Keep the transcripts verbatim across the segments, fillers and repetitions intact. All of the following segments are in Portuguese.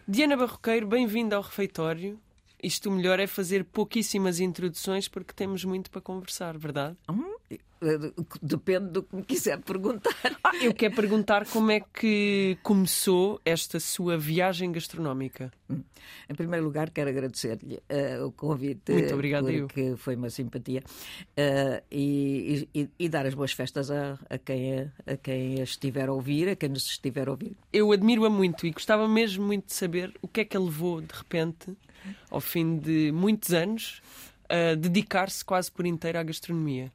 Diana Barroqueiro, bem-vinda ao refeitório. Isto o melhor é fazer pouquíssimas introduções porque temos muito para conversar, verdade? Hum, depende do que me quiser perguntar. Ah, eu quero perguntar como é que começou esta sua viagem gastronómica. Hum. Em primeiro lugar, quero agradecer-lhe uh, o convite. Muito obrigado, porque eu. Foi uma simpatia. Uh, e, e, e dar as boas festas a, a, quem, a, a quem estiver a ouvir, a quem nos estiver a ouvir. Eu admiro-a muito e gostava mesmo muito de saber o que é que a levou, de repente, ao fim de muitos anos, a dedicar-se quase por inteiro à gastronomia.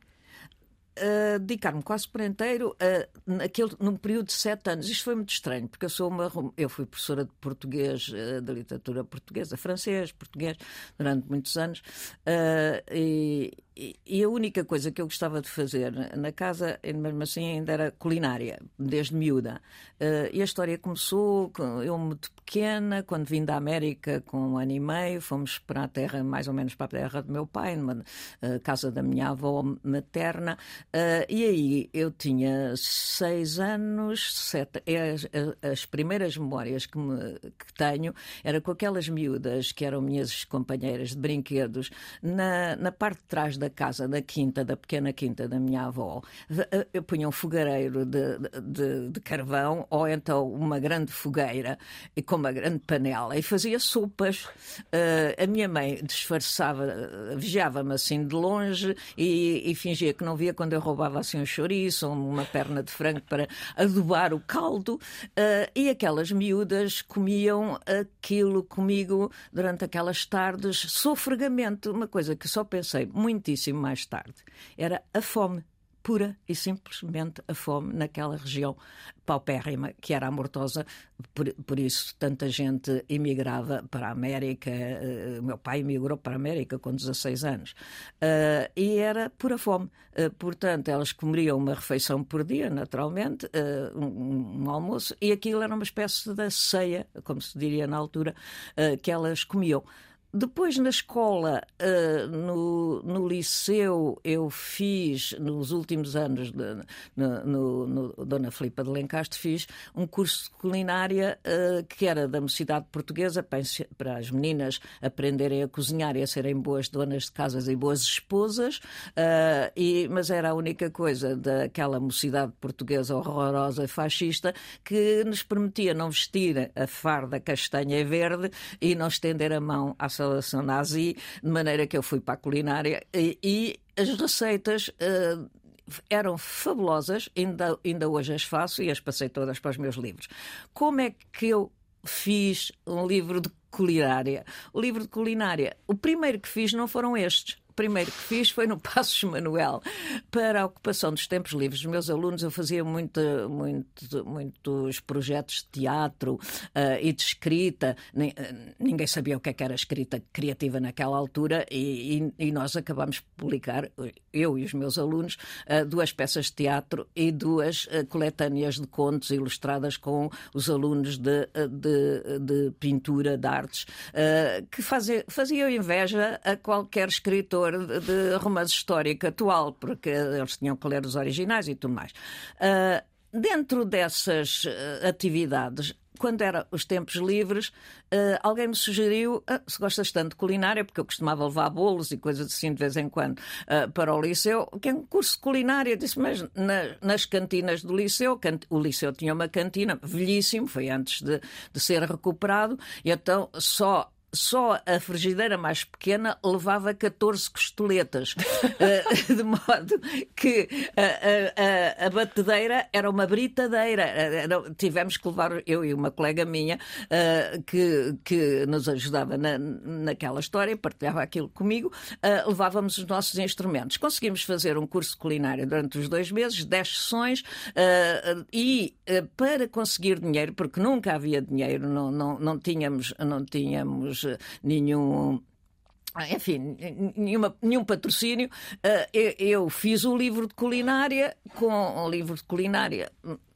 Uh, dedicar-me quase por inteiro uh, naquele, num período de sete anos. Isto foi muito estranho, porque eu sou uma eu fui professora de português, uh, de literatura portuguesa, francês, português, durante muitos anos, uh, e, e a única coisa que eu gostava de fazer na casa, mesmo assim, ainda era culinária, desde miúda. Uh, e a história começou, eu muito pequena, quando vim da América com um ano e meio, fomos para a terra, mais ou menos para a terra do meu pai, numa uh, casa da minha avó materna. Uh, e aí eu tinha seis anos, sete. As, as primeiras memórias que, me, que tenho era com aquelas miúdas que eram minhas companheiras de brinquedos na, na parte de trás da casa, da quinta, da pequena quinta da minha avó. Eu punha um fogareiro de, de, de carvão ou então uma grande fogueira e com uma grande panela e fazia sopas. Uh, a minha mãe disfarçava, vigiava-me assim de longe e, e fingia que não via quando eu roubava assim um chouriço ou uma perna de frango para adubar o caldo, uh, e aquelas miúdas comiam aquilo comigo durante aquelas tardes sofregamente, uma coisa que só pensei muitíssimo mais tarde, era a fome. Pura e simplesmente a fome naquela região paupérrima que era a Mortosa, por, por isso tanta gente emigrava para a América. O uh, meu pai emigrou para a América com dezasseis anos, uh, e era pura fome. Uh, portanto, elas comeriam uma refeição por dia, naturalmente, uh, um, um almoço, e aquilo era uma espécie de ceia, como se diria na altura, uh, que elas comiam. Depois, na escola, uh, no, no liceu, eu fiz, nos últimos anos, de, no, no, no Dona Filipa de Lencastre, fiz um curso de culinária uh, que era da Mocidade Portuguesa, para, para as meninas aprenderem a cozinhar e a serem boas donas de casas e boas esposas, uh, e, mas era a única coisa daquela Mocidade Portuguesa horrorosa e fascista que nos permitia não vestir a farda castanha e verde e não estender a mão à saudação nazi, de maneira que eu fui para a culinária e, e as receitas uh, eram fabulosas, ainda, ainda hoje as faço e as passei todas para os meus livros. Como é que eu fiz um livro de culinária? O livro de culinária, o primeiro que fiz não foram estes. O primeiro que fiz foi no Passos Manuel, para a ocupação dos tempos livres dos meus alunos. Eu fazia muito, muito, muitos projetos de teatro uh, e de escrita. Ninguém sabia o que, é que era escrita criativa naquela altura e, e, e nós acabámos de publicar, eu e os meus alunos, uh, duas peças de teatro e duas uh, coletâneas de contos ilustradas com os alunos de, de, de pintura, de artes, uh, que fazia, faziam inveja a qualquer escritor de romance histórico atual, porque eles tinham que ler os originais e tudo mais. Uh, dentro dessas uh, atividades, quando eram os tempos livres, uh, alguém me sugeriu, ah, se gostas tanto de culinária, porque eu costumava levar bolos e coisas assim de vez em quando uh, para o liceu, que é um curso de culinária. Eu disse, mas na, nas cantinas do liceu, cant... o liceu tinha uma cantina, velhíssimo, foi antes de, de ser recuperado, e então só Só a frigideira mais pequena levava catorze costoletas, de modo que a, a, a batedeira era uma britadeira. Tivemos que levar, eu e uma colega minha, que, que nos ajudava na, naquela história, partilhava aquilo comigo, levávamos os nossos instrumentos. Conseguimos fazer um curso de culinária durante os dois meses, dez sessões, e para conseguir dinheiro, porque nunca havia dinheiro, não, não, não tínhamos, não tínhamos nenhum enfim, nenhuma, nenhum patrocínio. Eu, eu fiz o livro de culinária, com o livro de culinária,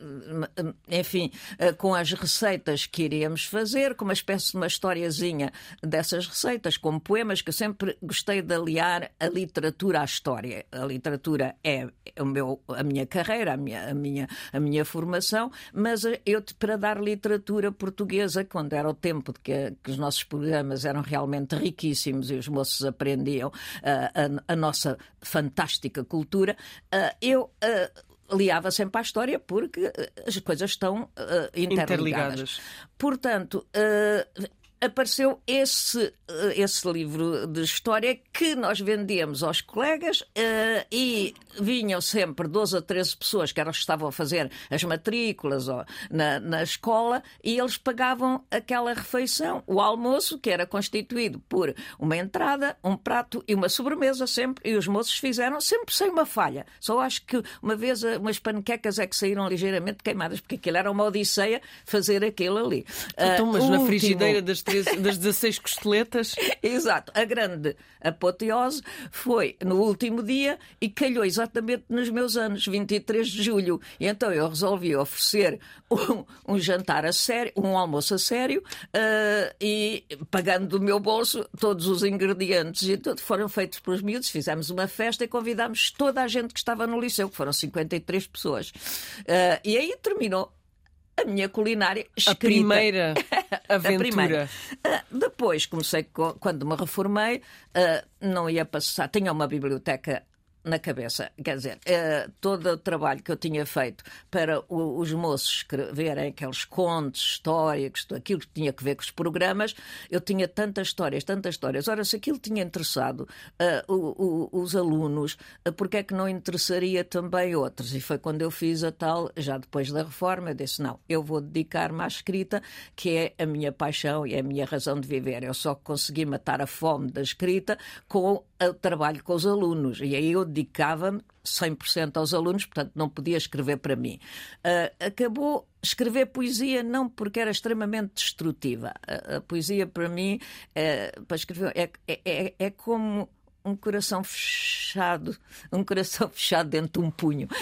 enfim, com as receitas que iríamos fazer, com uma espécie de uma historiazinha dessas receitas, como poemas, que eu sempre gostei de aliar a literatura à história. A literatura é o meu, a minha carreira, a minha, a minha, a minha formação, mas eu, para dar literatura portuguesa, quando era o tempo de que, que os nossos programas eram realmente riquíssimos e os moços aprendiam uh, a, a nossa fantástica cultura, uh, eu uh, liava sempre à história, porque as coisas estão uh, interligadas. interligadas. Portanto, uh, apareceu esse, esse livro de história que nós vendíamos aos colegas, uh, e vinham sempre doze a treze pessoas que eram que estavam a fazer as matrículas ou, na, na escola, e eles pagavam aquela refeição, o almoço, que era constituído por uma entrada, um prato e uma sobremesa sempre, e os moços fizeram sempre sem uma falha. Só acho que uma vez umas panquecas é que saíram ligeiramente queimadas, porque aquilo era uma odisseia fazer aquilo ali. Então, mas uh, na último... frigideira das das dezasseis costeletas. Exato. A grande apoteose foi no último dia e calhou exatamente nos meus anos, vinte e três de julho. E então eu resolvi oferecer um, um jantar a sério, um almoço a sério, uh, e pagando do meu bolso todos os ingredientes e tudo, foram feitos pelos miúdos. Fizemos uma festa e convidámos toda a gente que estava no liceu, que foram cinquenta e três pessoas. Uh, e aí terminou a minha culinária escrita. A primeira aventura. A primeira. Uh, depois comecei, quando me reformei, uh, não ia passar, tinha uma biblioteca na cabeça, quer dizer, uh, todo o trabalho que eu tinha feito para o, os moços escreverem aqueles contos históricos, aquilo que tinha que ver com os programas, eu tinha tantas histórias, tantas histórias. Ora, se aquilo tinha interessado uh, o, o, os alunos, uh, porque é que não interessaria também outros? E foi quando eu fiz a tal, já depois da reforma, eu disse, não, eu vou dedicar-me à escrita, que é a minha paixão e é a minha razão de viver. Eu só consegui matar a fome da escrita com o trabalho com os alunos. E aí eu dedicava-me cem por cento aos alunos, portanto não podia escrever para mim. Uh, acabou escrever poesia não porque era extremamente destrutiva. Uh, a poesia para mim, uh, para escrever, é, é, é, é como um coração fechado, um coração fechado dentro de um punho. Uh,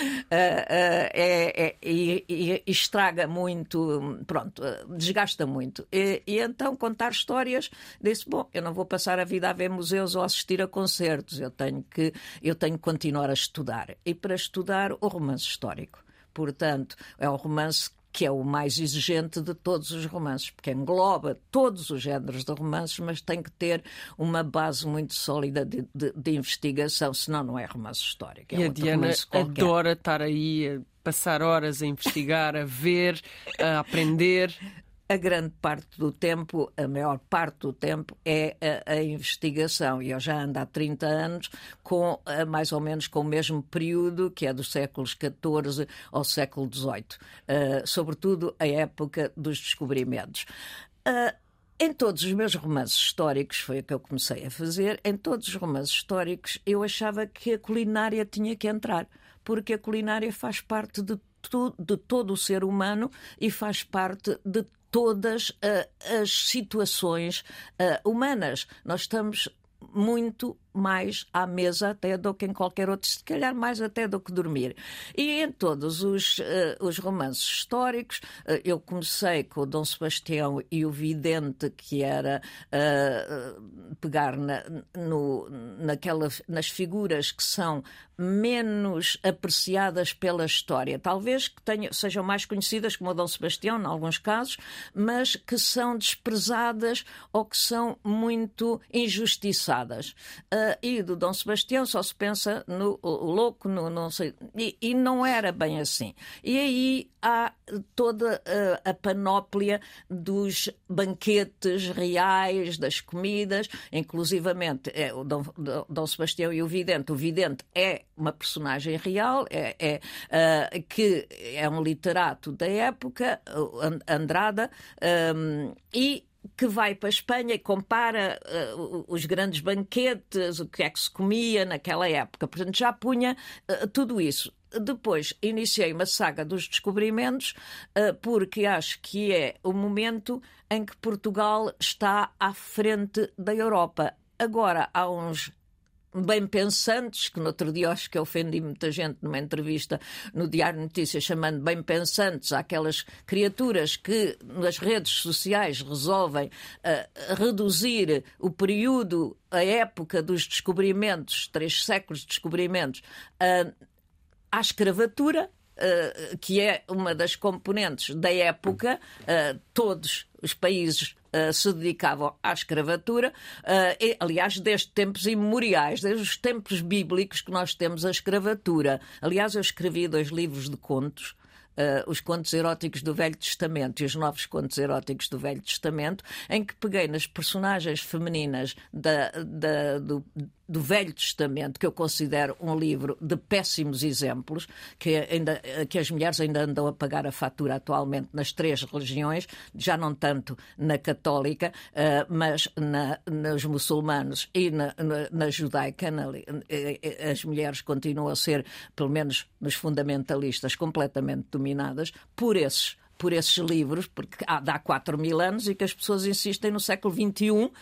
uh, é, é, e, e estraga muito, pronto, uh, desgasta muito. E, e então contar histórias, disse, bom, eu não vou passar a vida a ver museus ou a assistir a concertos, eu tenho que, eu tenho que continuar a estudar. E para estudar o romance histórico. Portanto, é o romance que é o mais exigente de todos os romances, porque engloba todos os géneros de romances, mas tem que ter uma base muito sólida de, de, de investigação, senão não é romance histórico. É e a Diana adora estar aí a passar horas a investigar, a ver, a aprender. A grande parte do tempo, a maior parte do tempo, é a, a investigação. E eu já ando há trinta anos com, mais ou menos com o mesmo período, que é dos séculos catorze ao século dezoito. Uh, sobretudo a época dos descobrimentos. Uh, Em todos os meus romances históricos, foi o que eu comecei a fazer, em todos os romances históricos eu achava que a culinária tinha que entrar, porque a culinária faz parte de, tu, de todo o ser humano e faz parte de todas uh, as situações uh, humanas. Nós estamos muito mais à mesa até do que em qualquer outro, se calhar mais até do que dormir. E em todos os, uh, os romances históricos, uh, eu comecei com o Dom Sebastião e o Vidente, que era uh, pegar na, no, naquela, nas figuras que são menos apreciadas pela história, talvez que tenham, sejam mais conhecidas como o Dom Sebastião, em alguns casos, mas que são desprezadas ou que são muito injustiçadas. Uh, e do Dom Sebastião só se pensa no o, o louco, no, não sei, e, e não era bem assim. E aí há toda uh, a panóplia dos banquetes reais, das comidas, inclusivamente é, o Dom, Dom Sebastião e o Vidente. O Vidente é uma personagem real, é, é, uh, que é um literato da época, Andrada, um, e que vai para a Espanha e compara uh, os grandes banquetes, o que é que se comia naquela época. Portanto, já punha uh, tudo isso. Depois iniciei uma saga dos descobrimentos, uh, porque acho que é o momento em que Portugal está à frente da Europa. Agora, há uns bem pensantes, que no outro dia acho que ofendi muita gente numa entrevista no Diário de Notícias, chamando bem pensantes aquelas criaturas que nas redes sociais resolvem uh, reduzir o período, a época dos descobrimentos, três séculos de descobrimentos, uh, à escravatura, uh, que é uma das componentes da época. Uh, todos os países Uh, se dedicavam à escravatura, uh, e, aliás, desde tempos imemoriais, desde os tempos bíblicos que nós temos a escravatura. Aliás, eu escrevi dois livros de contos, uh, os contos eróticos do Velho Testamento e os novos contos eróticos do Velho Testamento, em que peguei nas personagens femininas da, da, do, do Velho Testamento, que eu considero um livro de péssimos exemplos, que, ainda, que as mulheres ainda andam a pagar a fatura atualmente nas três religiões, já não tanto na católica, uh, mas na, nos muçulmanos e na, na, na judaica. Na, as mulheres continuam a ser, pelo menos nos fundamentalistas, completamente dominadas por esses por esses livros, porque há, há quatro mil anos e que as pessoas insistem no século vinte e um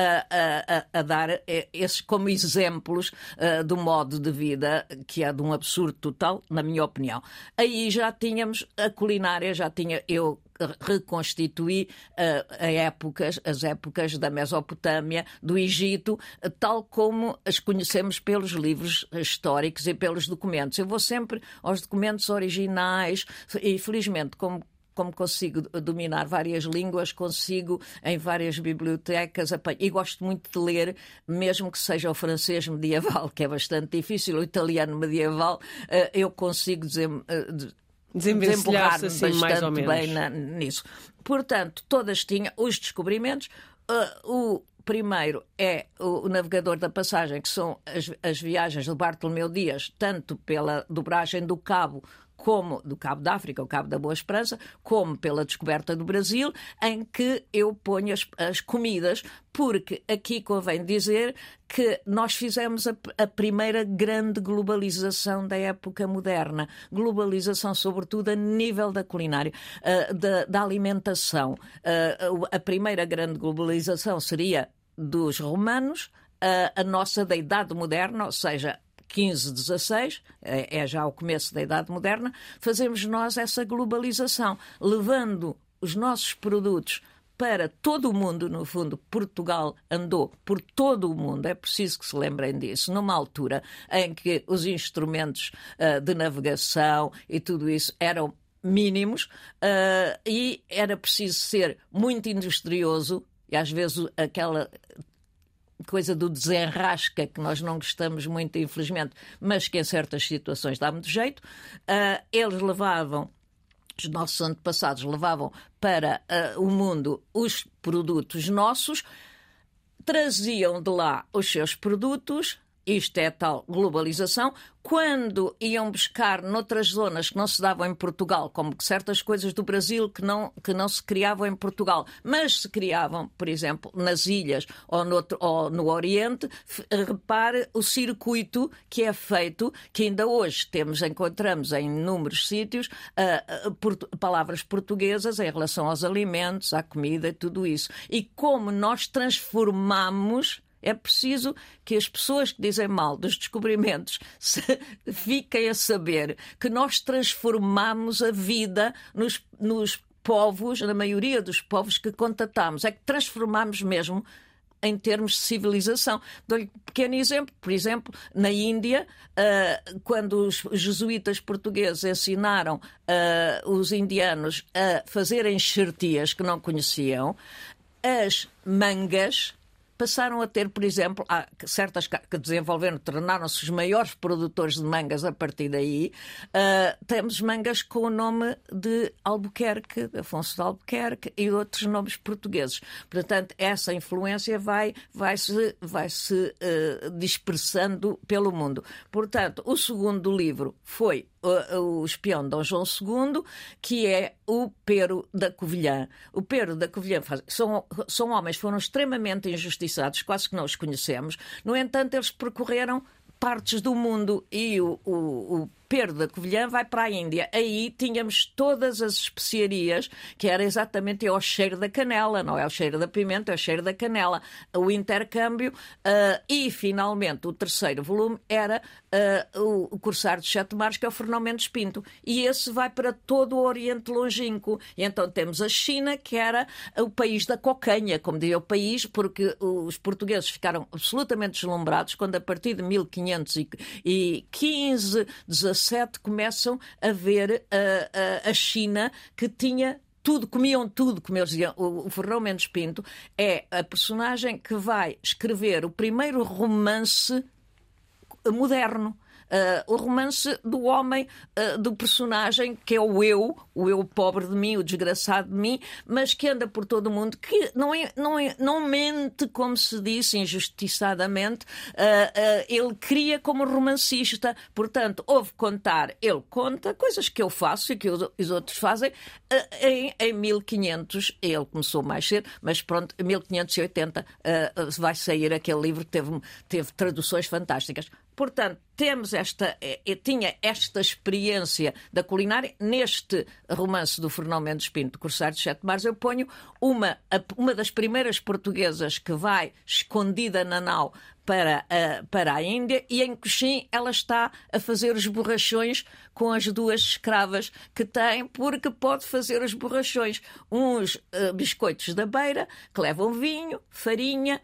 a, a, a dar esses como exemplos uh, do modo de vida que é de um absurdo total, na minha opinião. Aí já tínhamos a culinária, já tinha eu reconstituí uh, a épocas, as épocas da Mesopotâmia, do Egito, uh, tal como as conhecemos pelos livros históricos e pelos documentos. Eu vou sempre aos documentos originais e, felizmente, como Como consigo dominar várias línguas, consigo em várias bibliotecas, e gosto muito de ler, mesmo que seja o francês medieval, que é bastante difícil, o italiano medieval, eu consigo desem... desemburrar-me assim, bastante mais ou menos bem na, nisso. Portanto, todas tinham os descobrimentos. Uh, o primeiro é o, o Navegador da Passagem, que são as, as viagens do Bartolomeu Dias, tanto pela dobragem do Cabo, como do Cabo da África, o Cabo da Boa Esperança, como pela descoberta do Brasil, em que eu ponho as, as comidas, porque aqui convém dizer que nós fizemos a, a primeira grande globalização da época moderna. Globalização, sobretudo, a nível da culinária, uh, da, da alimentação. Uh, a primeira grande globalização seria dos romanos, uh, a nossa da Idade Moderna, ou seja, quinze, dezasseis, é já o começo da Idade Moderna, fazemos nós essa globalização, levando os nossos produtos para todo o mundo. No fundo, Portugal andou por todo o mundo, é preciso que se lembrem disso, numa altura em que os instrumentos uh, de navegação e tudo isso eram mínimos, uh, e era preciso ser muito industrioso, e às vezes aquela coisa do desenrasca, que nós não gostamos muito, infelizmente, mas que em certas situações dá muito jeito. Uh, eles levavam, os nossos antepassados levavam para uh, o mundo os produtos nossos, traziam de lá os seus produtos. Isto é a tal globalização. Quando iam buscar noutras zonas que não se davam em Portugal, como certas coisas do Brasil que não, que não se criavam em Portugal, mas se criavam, por exemplo, nas ilhas ou no, outro, ou no Oriente, repare o circuito que é feito, que ainda hoje temos, encontramos em inúmeros sítios, uh, uh, portu- palavras portuguesas em relação aos alimentos, à comida e tudo isso. E como nós transformamos. É preciso que as pessoas que dizem mal dos descobrimentos se, fiquem a saber que nós transformamos a vida nos, nos povos, na maioria dos povos que contatamos. É que transformamos mesmo em termos de civilização. Dou-lhe um pequeno exemplo. Por exemplo, na Índia, uh, quando os jesuítas portugueses ensinaram uh, os indianos a fazerem xertias que não conheciam, as mangas passaram a ter, por exemplo, há certas que desenvolveram, tornaram-se os maiores produtores de mangas a partir daí. Uh, temos mangas com o nome de Albuquerque, Afonso de Albuquerque e outros nomes portugueses. Portanto, essa influência vai, vai se, vai -se uh, dispersando pelo mundo. Portanto, o segundo livro foi O, o Espião de Dom João segundo, que é o Pero da Covilhã. O Pero da Covilhã faz, são, são homens que foram extremamente injustiçados, quase que não os conhecemos. No entanto, eles percorreram partes do mundo e o, o, o Pedro da Covilhã vai para a Índia. Aí tínhamos todas as especiarias, que era exatamente o cheiro da canela, não é o cheiro da pimenta, é o cheiro da canela. O intercâmbio uh, e, finalmente, o terceiro volume era uh, o, o Corsário dos Sete Mares, que é o Fernão Mendes Pinto. E esse vai para todo o Oriente Longínquo. E então temos a China, que era o país da cocanha, como diria o país, porque os portugueses ficaram absolutamente deslumbrados quando, a partir de mil quinhentos e quinze, dezassete, começam a ver a, a, a China, que tinha tudo, comiam tudo, como eles diziam. O, o Fernão Mendes Pinto é a personagem que vai escrever o primeiro romance moderno. Uh, o romance do homem, uh, do personagem que é o eu, o eu pobre de mim, o desgraçado de mim, mas que anda por todo o mundo, que não, é, não, é, não mente, como se disse, injustiçadamente. Uh, uh, ele cria como romancista. Portanto, houve contar, ele conta coisas que eu faço e que os, os outros fazem. Uh, em, em mil e quinhentos, ele começou mais cedo, mas pronto, em mil quinhentos e oitenta uh, vai sair aquele livro que teve, teve traduções fantásticas. Portanto, temos esta, eu tinha esta experiência da culinária. Neste romance do Fernão Mendes Pinto, Corsário dos Sete Mares, eu ponho uma, uma das primeiras portuguesas que vai escondida na nau para a, para a Índia, e em Coxim ela está a fazer os borrachões com as duas escravas que tem, porque pode fazer os borrachões. Uns uh, biscoitos da beira, que levam vinho, farinha,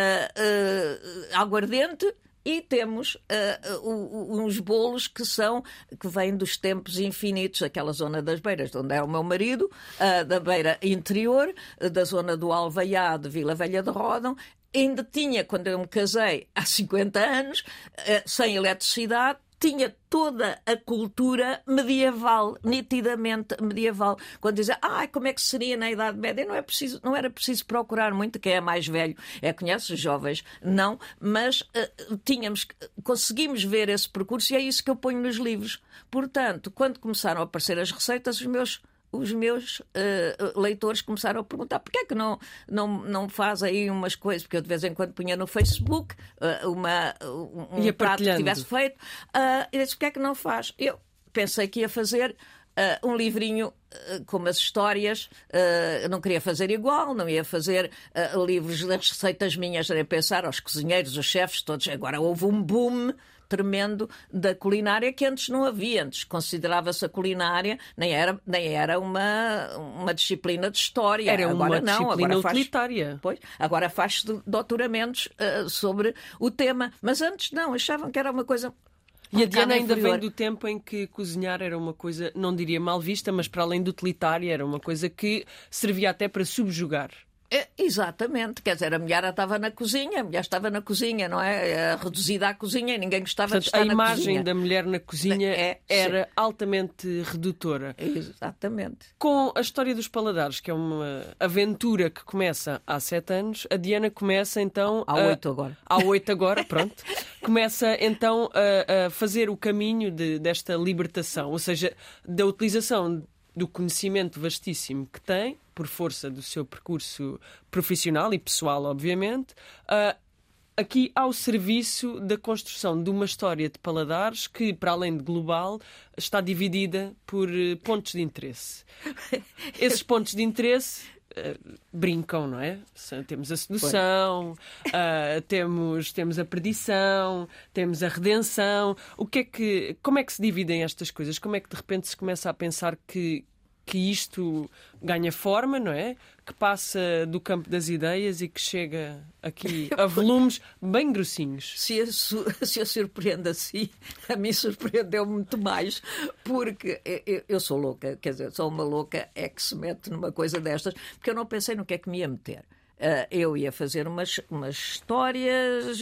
uh, uh, aguardente. E temos uh, uh, uns bolos que são, que vêm dos tempos infinitos, aquela zona das Beiras, de onde era o meu marido, uh, da Beira Interior, uh, da zona do Alvaiá, de Vila Velha de Ródão. Ainda tinha, quando eu me casei, há cinquenta anos, uh, sem eletricidade, tinha toda a cultura medieval, nitidamente medieval. Quando dizem, ah, como é que seria na Idade Média? Não, é preciso, não era preciso procurar muito, quem é mais velho é, conhece, os jovens não, mas uh, tínhamos, conseguimos ver esse percurso, e é isso que eu ponho nos livros. Portanto, quando começaram a aparecer as receitas, os meus os meus uh, leitores começaram a perguntar porquê é que não, não, não faz aí umas coisas, porque eu de vez em quando punha no Facebook uh, uma, um, um prato que tivesse feito, uh, e disse, porquê é que não faz? Eu pensei que ia fazer uh, um livrinho uh, com umas histórias, uh, eu não queria fazer igual, não ia fazer uh, livros das receitas minhas, era pensar aos cozinheiros, os chefes, todos. Agora houve um boom tremendo da culinária que antes não havia. Antes considerava-se a culinária, nem era, nem era uma, uma disciplina de história. Era agora uma não, disciplina agora faz, utilitária. Pois, agora faz doutoramentos uh, sobre o tema. Mas antes não, achavam que era uma coisa... E a Diana ainda vem do tempo em que cozinhar era uma coisa, não diria mal vista, mas para além de utilitária, era uma coisa que servia até para subjugar. É, exatamente, quer dizer, a mulher estava na cozinha, a mulher estava na cozinha, não é? É reduzida à cozinha, e ninguém gostava Portanto, de estar na cozinha. a imagem da mulher na cozinha é, era altamente redutora. Exatamente. Com a história dos paladares, que é uma aventura que começa há sete anos, a Diana começa então... Há oito agora. Há oito agora, pronto. Começa então a, a fazer o caminho de, desta libertação, ou seja, da utilização do conhecimento vastíssimo que tem, por força do seu percurso profissional e pessoal, obviamente, uh, aqui ao serviço da construção de uma história de paladares que, para além de global, está dividida por uh, pontos de interesse. Esses pontos de interesse uh, brincam, não é? Temos a sedução, uh, temos, temos a perdição, temos a redenção. O que é que, como é que se dividem estas coisas? Como é que de repente se começa a pensar que que isto ganha forma, não é? Que passa do campo das ideias e que chega aqui a volumes bem grossinhos. Se a, se a surpreende assim, a mim surpreendeu muito mais, porque eu, eu sou louca, quer dizer, sou uma louca é que se mete numa coisa destas, porque eu não pensei no que é que me ia meter. Uh, eu ia fazer umas, umas histórias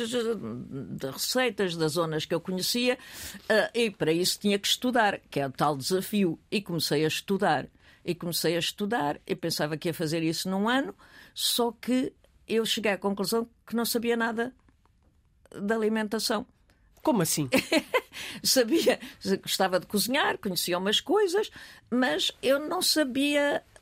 de receitas das zonas que eu conhecia, uh, e para isso tinha que estudar, que é o tal desafio. E comecei a estudar. E comecei a estudar, e pensava que ia fazer isso num ano, só que eu cheguei à conclusão que não sabia nada da alimentação. Como assim? Sabia, gostava de cozinhar, conhecia umas coisas, mas eu não sabia...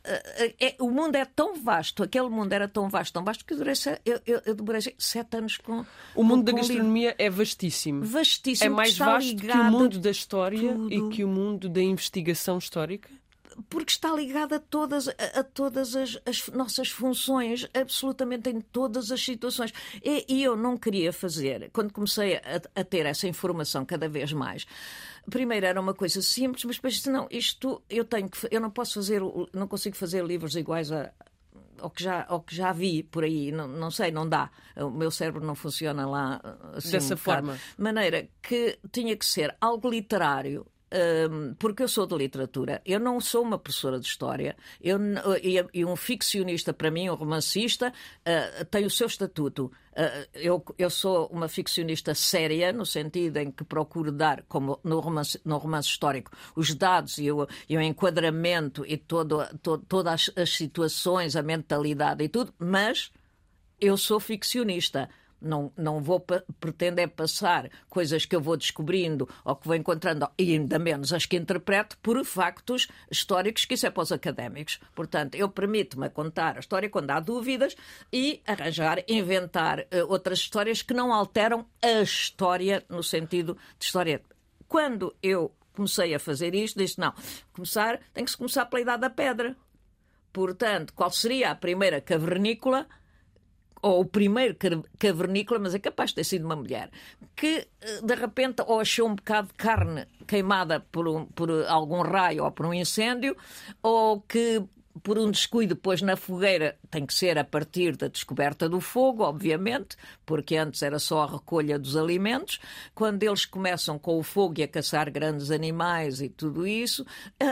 é, o mundo é tão vasto, aquele mundo era tão vasto, tão vasto, que eu, durei, eu, eu, eu demorei sete anos com... O mundo com, da com gastronomia é vastíssimo. Vastíssimo. É mais vasto que o mundo da história tudo. E que o mundo da investigação histórica? Porque está ligado a todas, a, a todas as, as nossas funções, absolutamente em todas as situações. E, e eu não queria fazer, quando comecei a, a ter essa informação cada vez mais, primeiro era uma coisa simples, mas depois disse, não, isto eu tenho que, eu não posso fazer, não consigo fazer livros iguais a ao que já, ao que já vi por aí, não, não sei, não dá. O meu cérebro não funciona lá assim, dessa um forma. De maneira que tinha que ser algo literário. Um, porque eu sou de literatura, eu não sou uma professora de história, eu, e, e um ficcionista, para mim, um romancista, uh, tem o seu estatuto. Uh, eu, eu sou uma ficcionista séria, no sentido em que procuro dar, como no romance, no romance histórico, os dados e o, e o enquadramento e todo, todo, todas as, as situações, a mentalidade e tudo, mas eu sou ficcionista. Não, não vou pa- pretender passar coisas que eu vou descobrindo ou que vou encontrando, e ainda menos as que interpreto, por factos históricos, que isso é para os académicos. Portanto, eu permito-me contar a história quando há dúvidas e arranjar, inventar uh, outras histórias que não alteram a história no sentido de história. Quando eu comecei a fazer isto, disse, não, começar, tem que se começar pela Idade da Pedra. Portanto, qual seria a primeira cavernícola, ou o primeiro cavernícola, mas é capaz de ter sido uma mulher, que de repente ou achou um bocado de carne queimada por, um, por algum raio ou por um incêndio, ou que por um descuido pôs na fogueira, tem que ser a partir da descoberta do fogo, obviamente, porque antes era só a recolha dos alimentos. Quando eles começam com o fogo e a caçar grandes animais e tudo isso,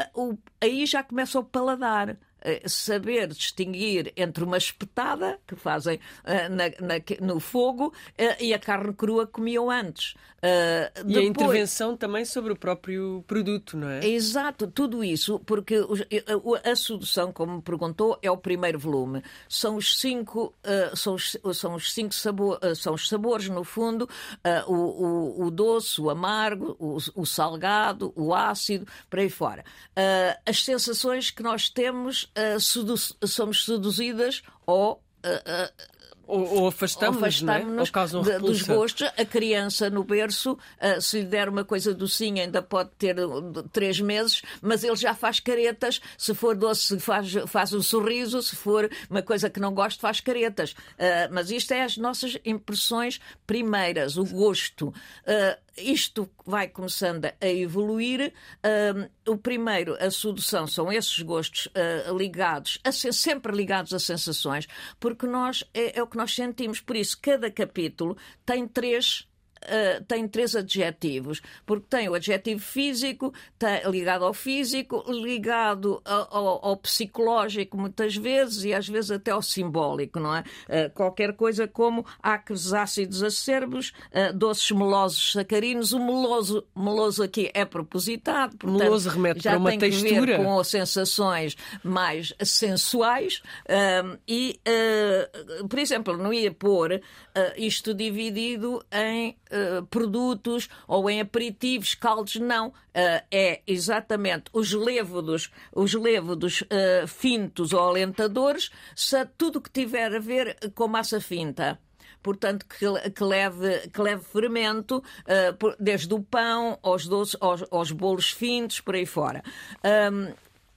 aí já começa o paladar. Saber distinguir entre uma espetada que fazem uh, na, na, no fogo uh, e a carne crua que comiam antes. Uh, e depois... a intervenção também sobre o próprio produto, não é? Exato, tudo isso, porque a, a sedução, como me perguntou, é o primeiro volume. São os cinco, uh, são os, são os cinco sabor, uh, são os sabores, no fundo, uh, o, o, o doce, o amargo, o, o salgado, o ácido, por aí fora. Uh, as sensações que nós temos, Uh, sedu- somos seduzidas ou, uh, uh, ou, ou afastamos-nos, afastamos-nos é? Ou causam de, repulsa. dos gostos. A criança no berço, uh, se lhe der uma coisa docinha, ainda pode ter uh, três meses, mas ele já faz caretas. Se for doce, faz, faz um sorriso. Se for uma coisa que não gosta, faz caretas. Uh, mas isto é as nossas impressões primeiras, o gosto. Uh, Isto vai começando a evoluir. Uh, o primeiro, a sedução, são esses gostos uh, ligados, a ser, sempre ligados a sensações, porque nós, é, é o que nós sentimos. Por isso, cada capítulo tem três... Uh, tem três adjetivos, porque tem o adjetivo físico, tem, ligado ao físico, ligado ao, ao, ao psicológico muitas vezes e às vezes até ao simbólico, não é? Uh, qualquer coisa como acres ácidos acerbos, uh, doces melosos sacarinos. O meloso, meloso aqui é propositado, portanto, meloso remete já para uma tem textura. Que ver com sensações mais sensuais. Uh, e, uh, por exemplo, não ia pôr uh, isto dividido em Uh, produtos ou em aperitivos, caldos, não. Uh, é exatamente os lévodos, os lévodos uh, fintos ou alentadores, se tudo que tiver a ver com massa finta. Portanto, que, que, leve, que leve fermento, uh, desde o pão aos, doces, aos, aos bolos fintos, por aí fora. Um,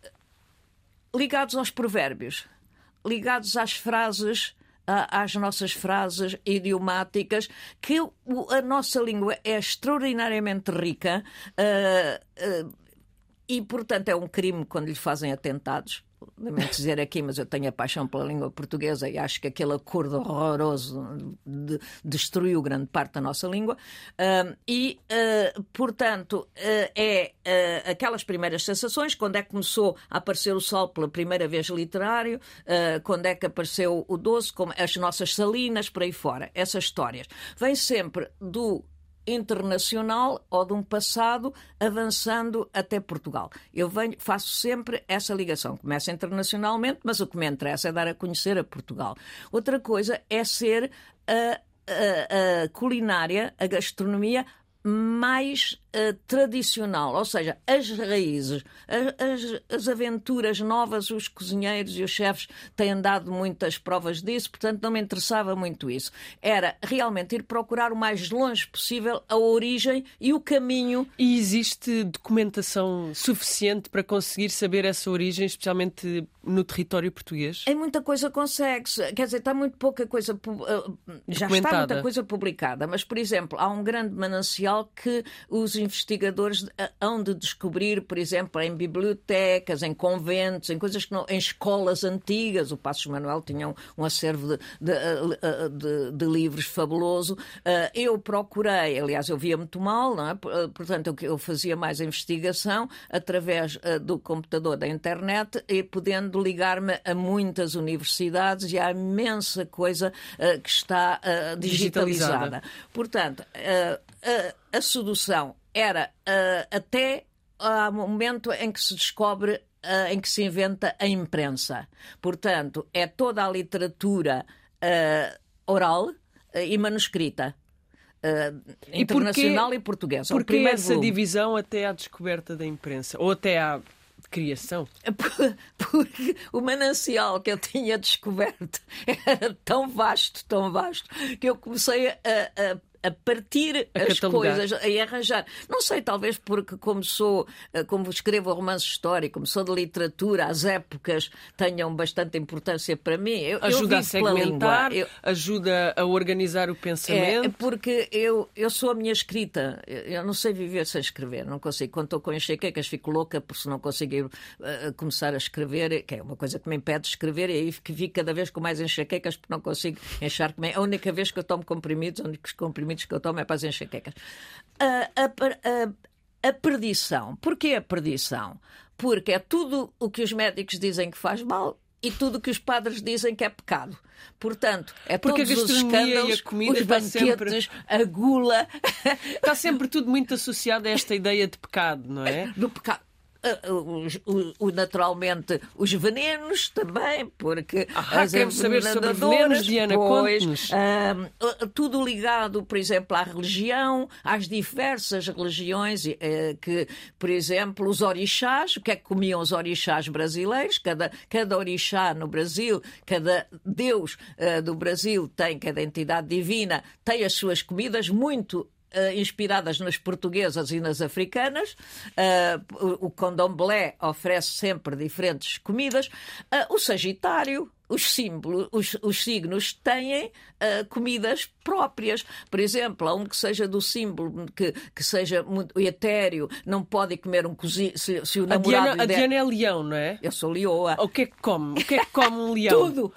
ligados aos provérbios, ligados às frases, às nossas frases idiomáticas, que a nossa língua é extraordinariamente rica uh, uh, e, portanto, é um crime quando lhe fazem atentados. Lamento dizer aqui, mas eu tenho a paixão pela língua portuguesa e acho que aquele acordo horroroso de, de, destruiu grande parte da nossa língua. Uh, e, uh, portanto, uh, é uh, aquelas primeiras sensações, quando é que começou a aparecer o sol pela primeira vez literário, uh, quando é que apareceu o doce, como as nossas salinas, por aí fora. Essas histórias. Vem sempre do internacional ou de um passado avançando até Portugal. Eu venho, faço sempre essa ligação. Começa internacionalmente, mas o que me interessa é dar a conhecer a Portugal. Outra coisa é ser a, a, a culinária, a gastronomia mais uh, tradicional, ou seja, as raízes, as, as aventuras novas, os cozinheiros e os chefes têm dado muitas provas disso, portanto não me interessava muito isso. Era realmente ir procurar o mais longe possível a origem e o caminho. E existe documentação suficiente para conseguir saber essa origem, especialmente no território português? Em muita coisa consegue-se, quer dizer, está muito pouca coisa, já está muita coisa publicada, mas, por exemplo, há um grande manancial que os investigadores hão de descobrir, por exemplo, em bibliotecas, em conventos, em coisas que não, em escolas antigas. O Passos Manuel tinha um, um acervo de, de, de, de livros fabuloso. Eu procurei, aliás, eu via muito mal, não é? Portanto, eu, eu fazia mais investigação através do computador, da internet, e podendo ligar-me a muitas universidades e há imensa coisa que está digitalizada. digitalizada. Portanto, a A sedução era uh, até ao momento em que se descobre, uh, em que se inventa a imprensa. Portanto, é toda a literatura uh, oral uh, e manuscrita. Uh, e internacional porquê, e portuguesa. Porque essa volume. divisão até à descoberta da imprensa? Ou até à criação? Porque o manancial que eu tinha descoberto era tão vasto, tão vasto, que eu comecei a... a a partir a as catalogar. coisas, a arranjar. Não sei, talvez porque como sou, como escrevo romance histórico, como sou de literatura, as épocas tenham bastante importância para mim. Eu, ajuda eu a segmentar, eu... ajuda a organizar o pensamento. É, porque eu, eu sou a minha escrita. Eu não sei viver sem escrever, não consigo. Quando estou com enxaquecas fico louca por se não conseguir uh, começar a escrever, que é uma coisa que me impede de escrever, e aí fico cada vez com mais enxaquecas porque não consigo enxar-me. A única vez que eu tomo comprimidos, os únicos comprimidos que eu tomo é para as enxaquecas. A, a, a, a perdição. Porquê a perdição? Porque é tudo o que os médicos dizem que faz mal e tudo o que os padres dizem que é pecado. Portanto, é porque todos os escândalos, a comida os banquetes, sempre... a gula. Está sempre tudo muito associado a esta ideia de pecado, não é? Do pecado. Uh, o, o, naturalmente os venenos também, porque ah, as queremos saber sobre venenos, Diana, pois, uh, tudo ligado, por exemplo, à religião, às diversas religiões, uh, que, por exemplo, os orixás, o que é que comiam os orixás brasileiros? Cada, cada orixá no Brasil, cada deus uh, do Brasil tem, cada entidade divina tem as suas comidas muito Uh, inspiradas nas portuguesas e nas africanas. Uh, o, o candomblé oferece sempre diferentes comidas. Uh, o Sagitário, os símbolos, os, os signos têm uh, comidas próprias. Por exemplo, há um que seja do símbolo, que, que seja muito etéreo, não pode comer um cozido. Se, se o namorado a Diana, der... a Diana é leão, não é? Eu sou leoa. O que é que come? O que é que come um leão? Tudo!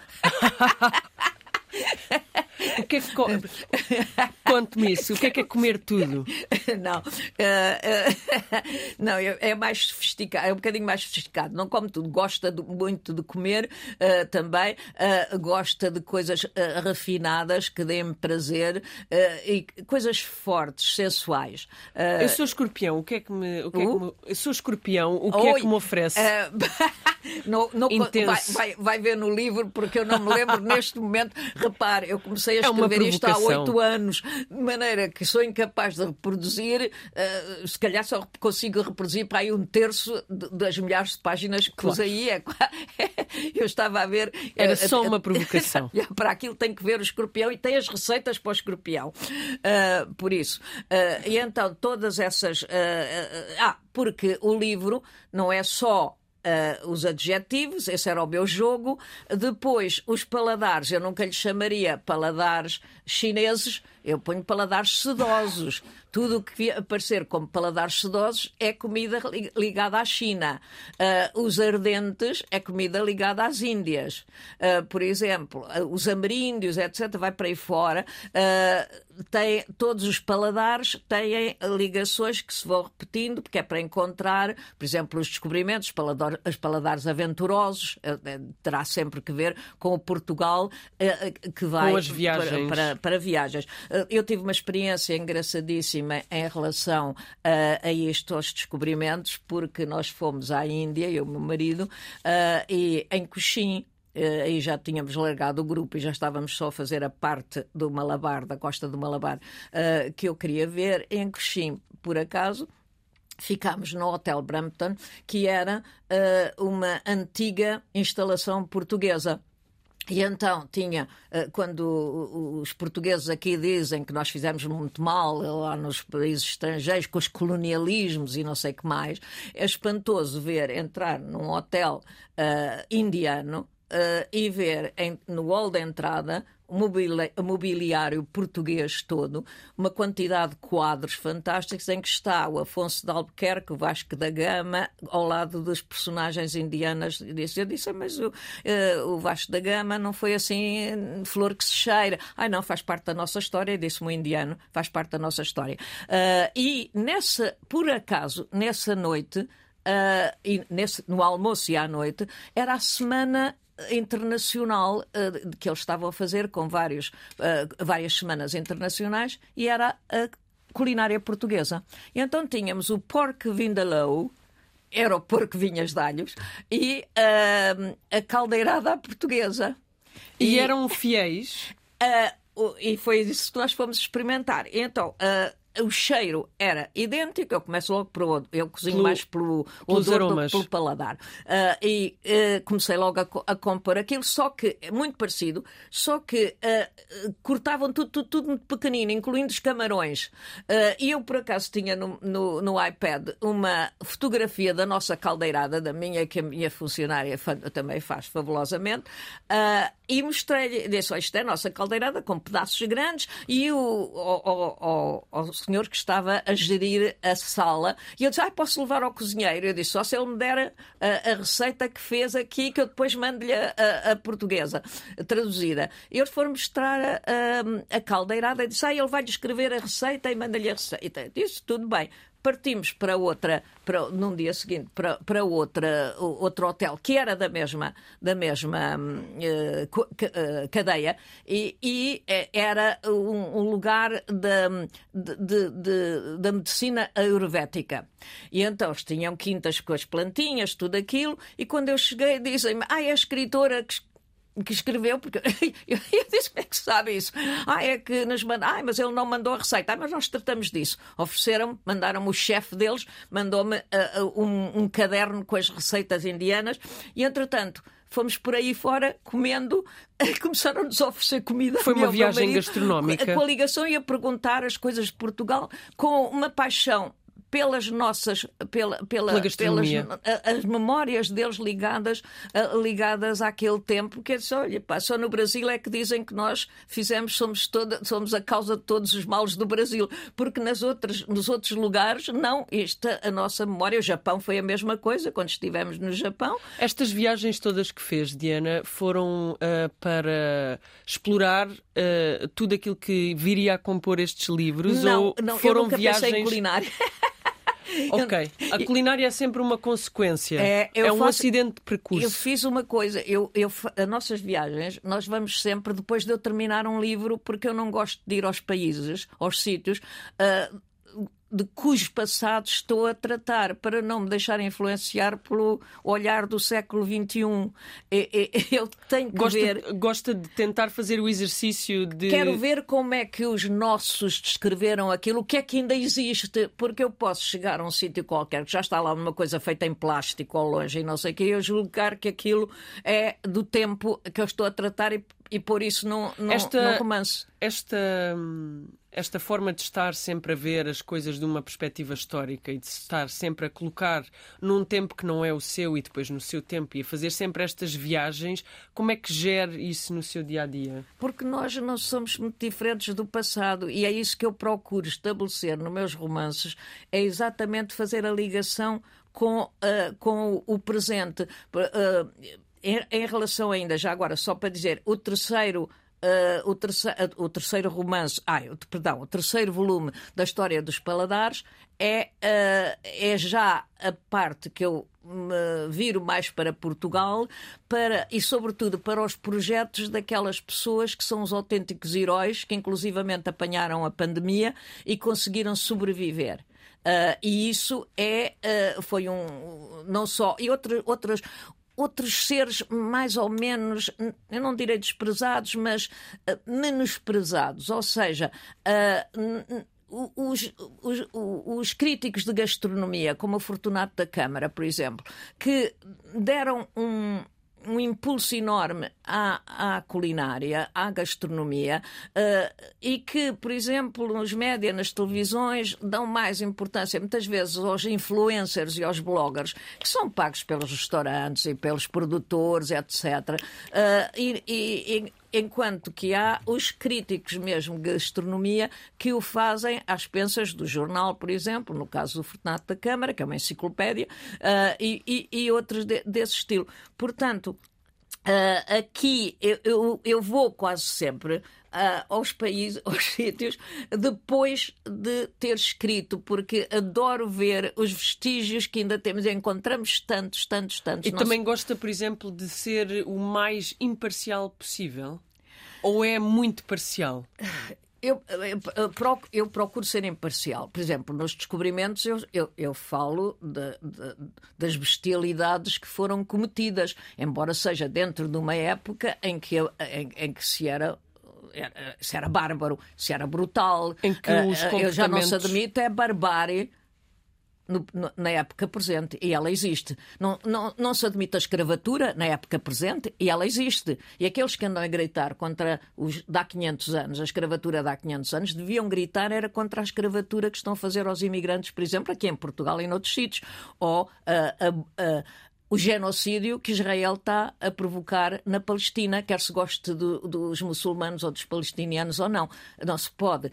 O que é que come? Conte-me isso. O que é que é comer tudo? Não, uh, uh, não é mais sofisticado, é um bocadinho mais sofisticado. Não come tudo, gosta de, muito de comer uh, também, uh, gosta de coisas uh, refinadas que deem prazer uh, e coisas fortes, sensuais. Uh, eu sou escorpião. O que é que me? O que uh? é que me eu sou escorpião. O que Oi, é que me oferece? Uh, não, não, vai, vai, vai ver no livro porque eu não me lembro neste momento. Repare, eu comecei a escrever é isto há oito anos, de maneira que sou incapaz de reproduzir, uh, se calhar só consigo reproduzir para aí um terço de, das milhares de páginas que pus aí. É, eu estava a ver... Era só uma provocação. Para aquilo tem que ver o escorpião e tem as receitas para o escorpião. Uh, por isso. Uh, e então todas essas... Uh, uh, ah, porque o livro não é só... Uh, os adjetivos, esse era o meu jogo. Depois, os paladares, eu nunca lhes chamaria paladares chineses, eu ponho paladares sedosos. Tudo o que aparecer como paladares sedosos é comida ligada à China. Uh, os ardentes é comida ligada às Índias. Uh, por exemplo, uh, os ameríndios, etcétera, vai para aí fora. Uh, tem, todos os paladares têm ligações que se vão repetindo, porque é para encontrar, por exemplo, os descobrimentos, os paladares, os paladares aventurosos, uh, terá sempre que ver com o Portugal uh, que vai com as viagens. Para, para, para viagens. Uh, eu tive uma experiência engraçadíssima em relação uh, a isto, aos descobrimentos, porque nós fomos à Índia, eu e o meu marido, uh, e em Cochin, aí já tínhamos largado o grupo e já estávamos só a fazer a parte do Malabar, da costa do Malabar, uh, que eu queria ver. Em Cochim, por acaso, ficámos no Hotel Brampton, que era uh, uma antiga instalação portuguesa. E então tinha, quando os portugueses aqui dizem que nós fizemos muito mal lá nos países estrangeiros, com os colonialismos e não sei o que mais, é espantoso ver entrar num hotel uh, indiano uh, e ver em, no hall de entrada o mobiliário português todo, uma quantidade de quadros fantásticos em que está o Afonso de Albuquerque, o Vasco da Gama, ao lado das personagens indianas. Eu disse, mas o, uh, o Vasco da Gama não foi assim flor que se cheira. Ai não, faz parte da nossa história, disse-me o indiano, faz parte da nossa história. Uh, e nessa, por acaso, nessa noite, uh, e nesse, no almoço e à noite, era a semana internacional uh, que eles estavam a fazer com vários, uh, várias semanas internacionais, e era a culinária portuguesa. E então tínhamos o porco vindaloo, era o porco vinhas de alhos, e uh, a caldeirada à portuguesa. E, e eram fiéis? Uh, e foi isso que nós fomos experimentar. E então... Uh, o cheiro era idêntico, eu começo logo pelo... Eu cozinho pelo, mais pelo odor do que pelo paladar. Uh, e uh, comecei logo a, a compor aquilo, só que, muito parecido, só que uh, cortavam tudo, tudo, tudo muito pequenino, incluindo os camarões. Uh, e eu, por acaso, tinha no, no, no iPad uma fotografia da nossa caldeirada, da minha, que a minha funcionária também faz fabulosamente, uh, e mostrei-lhe, disse, oh, isto é a nossa caldeirada, com pedaços grandes, e o... o, o, o, o senhor que estava a gerir a sala, e eu disse, ah, posso levar ao cozinheiro? Eu disse, só se ele me der a, a receita que fez aqui, que eu depois mando-lhe a, a, a portuguesa, a traduzida. E eles foram mostrar a, a, a caldeirada e disse, ah, ele vai-lhe escrever a receita e manda-lhe a receita. Eu disse, tudo bem. Partimos para outra, para, num dia seguinte, para, para outra, outro hotel, que era da mesma, da mesma uh, uh, cadeia, e, e era um, um lugar da, de, de, da medicina ayurvédica. E então eles tinham quintas com as plantinhas, tudo aquilo, e quando eu cheguei, dizem-me, ah, é a escritora que... que escreveu, porque eu, eu disse, como é que sabe isso? Ah, é que nos manda, ah, mas ele não mandou a receita. Ah, mas nós tratamos disso. Ofereceram-me, mandaram-me o chefe deles, mandou-me uh, uh, um, um caderno com as receitas indianas, e entretanto fomos por aí fora comendo, começaram-nos a oferecer comida. Foi uma viagem marido, gastronómica. Com a ligação e a perguntar as coisas de Portugal com uma paixão pelas nossas, pela, pela, pela gastronomia. pelas as memórias deles ligadas, ligadas àquele tempo, que é só, olha, pá, só no Brasil é que dizem que nós fizemos, somos, toda, somos a causa de todos os males do Brasil, porque nas outras, nos outros lugares, não, esta, a nossa memória, o Japão foi a mesma coisa, quando estivemos no Japão. Estas viagens todas que fez, Diana, foram uh, para explorar uh, tudo aquilo que viria a compor estes livros? Não, ou não, foram eu nunca viagens... pensei em culinária. Ok, a culinária é sempre uma consequência, é, é um faço, acidente de percurso. Eu fiz uma coisa, eu, eu, as nossas viagens, nós vamos sempre, depois de eu terminar um livro, porque eu não gosto de ir aos países, aos sítios, uh, de cujo passado estou a tratar, para não me deixar influenciar pelo olhar do século vinte e um. Eu tenho que gosta, ver... Gosta de tentar fazer o exercício de... Quero ver como é que os nossos descreveram aquilo, o que é que ainda existe, porque eu posso chegar a um sítio qualquer, que já está lá uma coisa feita em plástico ao longe e não sei o que, e eu julgar que aquilo é do tempo que eu estou a tratar e, e pôr isso num, num, esta, num romance. Esta... Esta forma de estar sempre a ver as coisas de uma perspectiva histórica e de estar sempre a colocar num tempo que não é o seu e depois no seu tempo e a fazer sempre estas viagens, como é que gera isso no seu dia-a-dia? Porque nós não somos muito diferentes do passado e é isso que eu procuro estabelecer nos meus romances, é exatamente fazer a ligação com, uh, com o presente. Uh, em, em relação ainda, já agora, só para dizer, o terceiro... Uh, o, terceiro, uh, o terceiro romance, ah, perdão, o terceiro volume da História dos Paladares é, uh, é já a parte que eu me viro mais para Portugal para, e sobretudo para os projetos daquelas pessoas que são os autênticos heróis que inclusivamente apanharam a pandemia e conseguiram sobreviver. Uh, e isso é, uh, foi um, não só, e outro, outras outros seres mais ou menos, eu não direi desprezados, mas uh, menosprezados. Ou seja, uh, os, os, os críticos de gastronomia, como o Fortunato da Câmara, por exemplo, que deram um... um impulso enorme à, à culinária, à gastronomia, uh, e que, por exemplo, nos médias, nas televisões, dão mais importância, muitas vezes, aos influencers e aos bloggers, que são pagos pelos restaurantes e pelos produtores, etcétera. Uh, e, e, enquanto que há os críticos mesmo de gastronomia que o fazem às expensas do jornal, por exemplo, no caso do Fortunato da Câmara, que é uma enciclopédia, uh, e, e, e outros de, desse estilo. Portanto, uh, aqui eu, eu, eu vou quase sempre uh, aos países, aos sítios, depois de ter escrito, porque adoro ver os vestígios que ainda temos. Encontramos tantos, tantos, tantos. E Não também se... gosta, por exemplo, de ser o mais imparcial possível? Ou é muito parcial? Eu, eu, procuro, eu procuro ser imparcial. Por exemplo, nos descobrimentos eu, eu, eu falo de, de, das bestialidades que foram cometidas, embora seja dentro de uma época em que, em, em que se era... Era, se era bárbaro, se era brutal. Em que os comportamentos... Eu já não se admite é barbárie no, no, na época presente, e ela existe. Não, não, não se admite a escravatura na época presente, e ela existe. E aqueles que andam a gritar contra os de há quinhentos anos, a escravatura de há quinhentos anos, deviam gritar era contra a escravatura que estão a fazer aos imigrantes, por exemplo, aqui em Portugal e noutros sítios. Ou a... a, a o genocídio que Israel está a provocar na Palestina, quer se goste do, dos muçulmanos ou dos palestinianos ou não. Não se pode uh,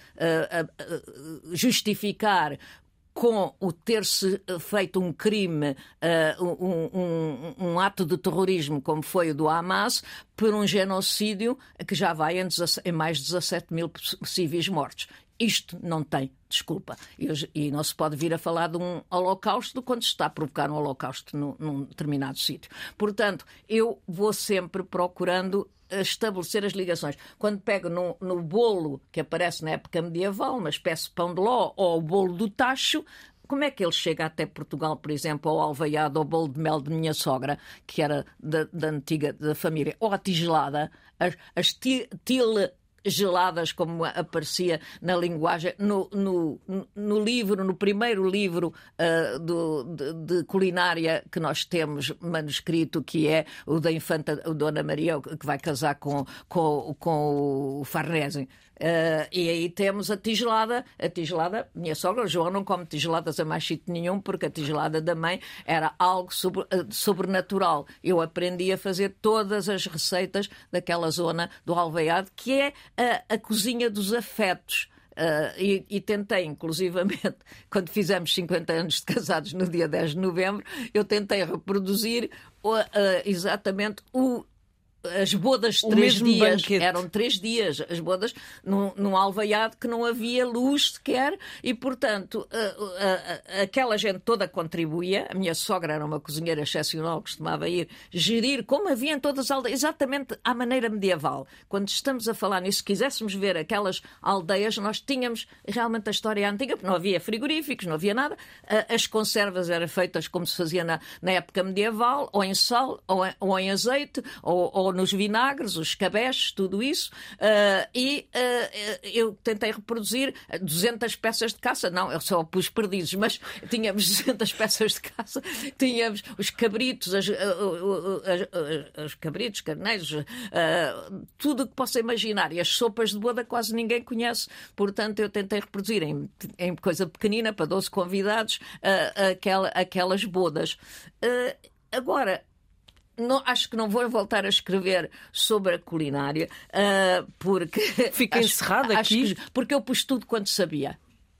uh, uh, justificar com o ter-se feito um crime, uh, um, um, um ato de terrorismo como foi o do Hamas, por um genocídio que já vai em, em mais de dezassete mil civis mortos. Isto não tem desculpa. E, e não se pode vir a falar de um holocausto quando se está a provocar um holocausto num, num determinado sítio. Portanto, eu vou sempre procurando estabelecer as ligações. Quando pego no, no bolo que aparece na época medieval, uma espécie de pão de ló, ou o bolo do tacho, como é que ele chega até Portugal, por exemplo, ao alveiado, ao bolo de mel de minha sogra, que era da, da antiga da família, ou a tigelada, as, as ti, tile geladas, como aparecia na linguagem, no, no, no livro, no primeiro livro uh, do, de, de culinária que nós temos manuscrito, que é o da infanta o Dona Maria, que vai casar com, com, com o Farnese. Uh, e aí temos a tigelada. A tigelada, minha sogra, o João, não come tigeladas a mais sítio nenhum, porque a tigelada da mãe era algo sobre, uh, sobrenatural. Eu aprendi a fazer todas as receitas daquela zona do alveiado, que é a, a cozinha dos afetos. Uh, e, e tentei, inclusivamente, quando fizemos cinquenta anos de casados no dia dez de novembro, eu tentei reproduzir uh, uh, exatamente o as bodas de três dias, banquete. Eram três dias, as bodas num, num alveiado que não havia luz sequer, e portanto a, a, a, aquela gente toda contribuía. A minha sogra era uma cozinheira excepcional, costumava ir gerir, como havia em todas as aldeias, exatamente à maneira medieval. Quando estamos a falar nisso, se quiséssemos ver aquelas aldeias, nós tínhamos realmente a história antiga, porque não havia frigoríficos, não havia nada, as conservas eram feitas como se fazia na, na época medieval, ou em sal, ou em, ou em azeite, ou, ou nos vinagres, os cabeches, tudo isso, uh, e uh, eu tentei reproduzir duzentas peças de caça, não, eu só pus perdizes, mas tínhamos duzentas peças de caça, tínhamos os cabritos, as, uh, uh, uh, os cabritos, carneiros, uh, tudo o que possa imaginar, e as sopas de boda quase ninguém conhece, portanto eu tentei reproduzir em, em coisa pequenina, para doze convidados, uh, aquela, aquelas bodas. Uh, agora, Não, acho que não vou voltar a escrever sobre a culinária, uh, porque... Fica acho, encerrado aqui? Que, porque eu pus tudo quanto sabia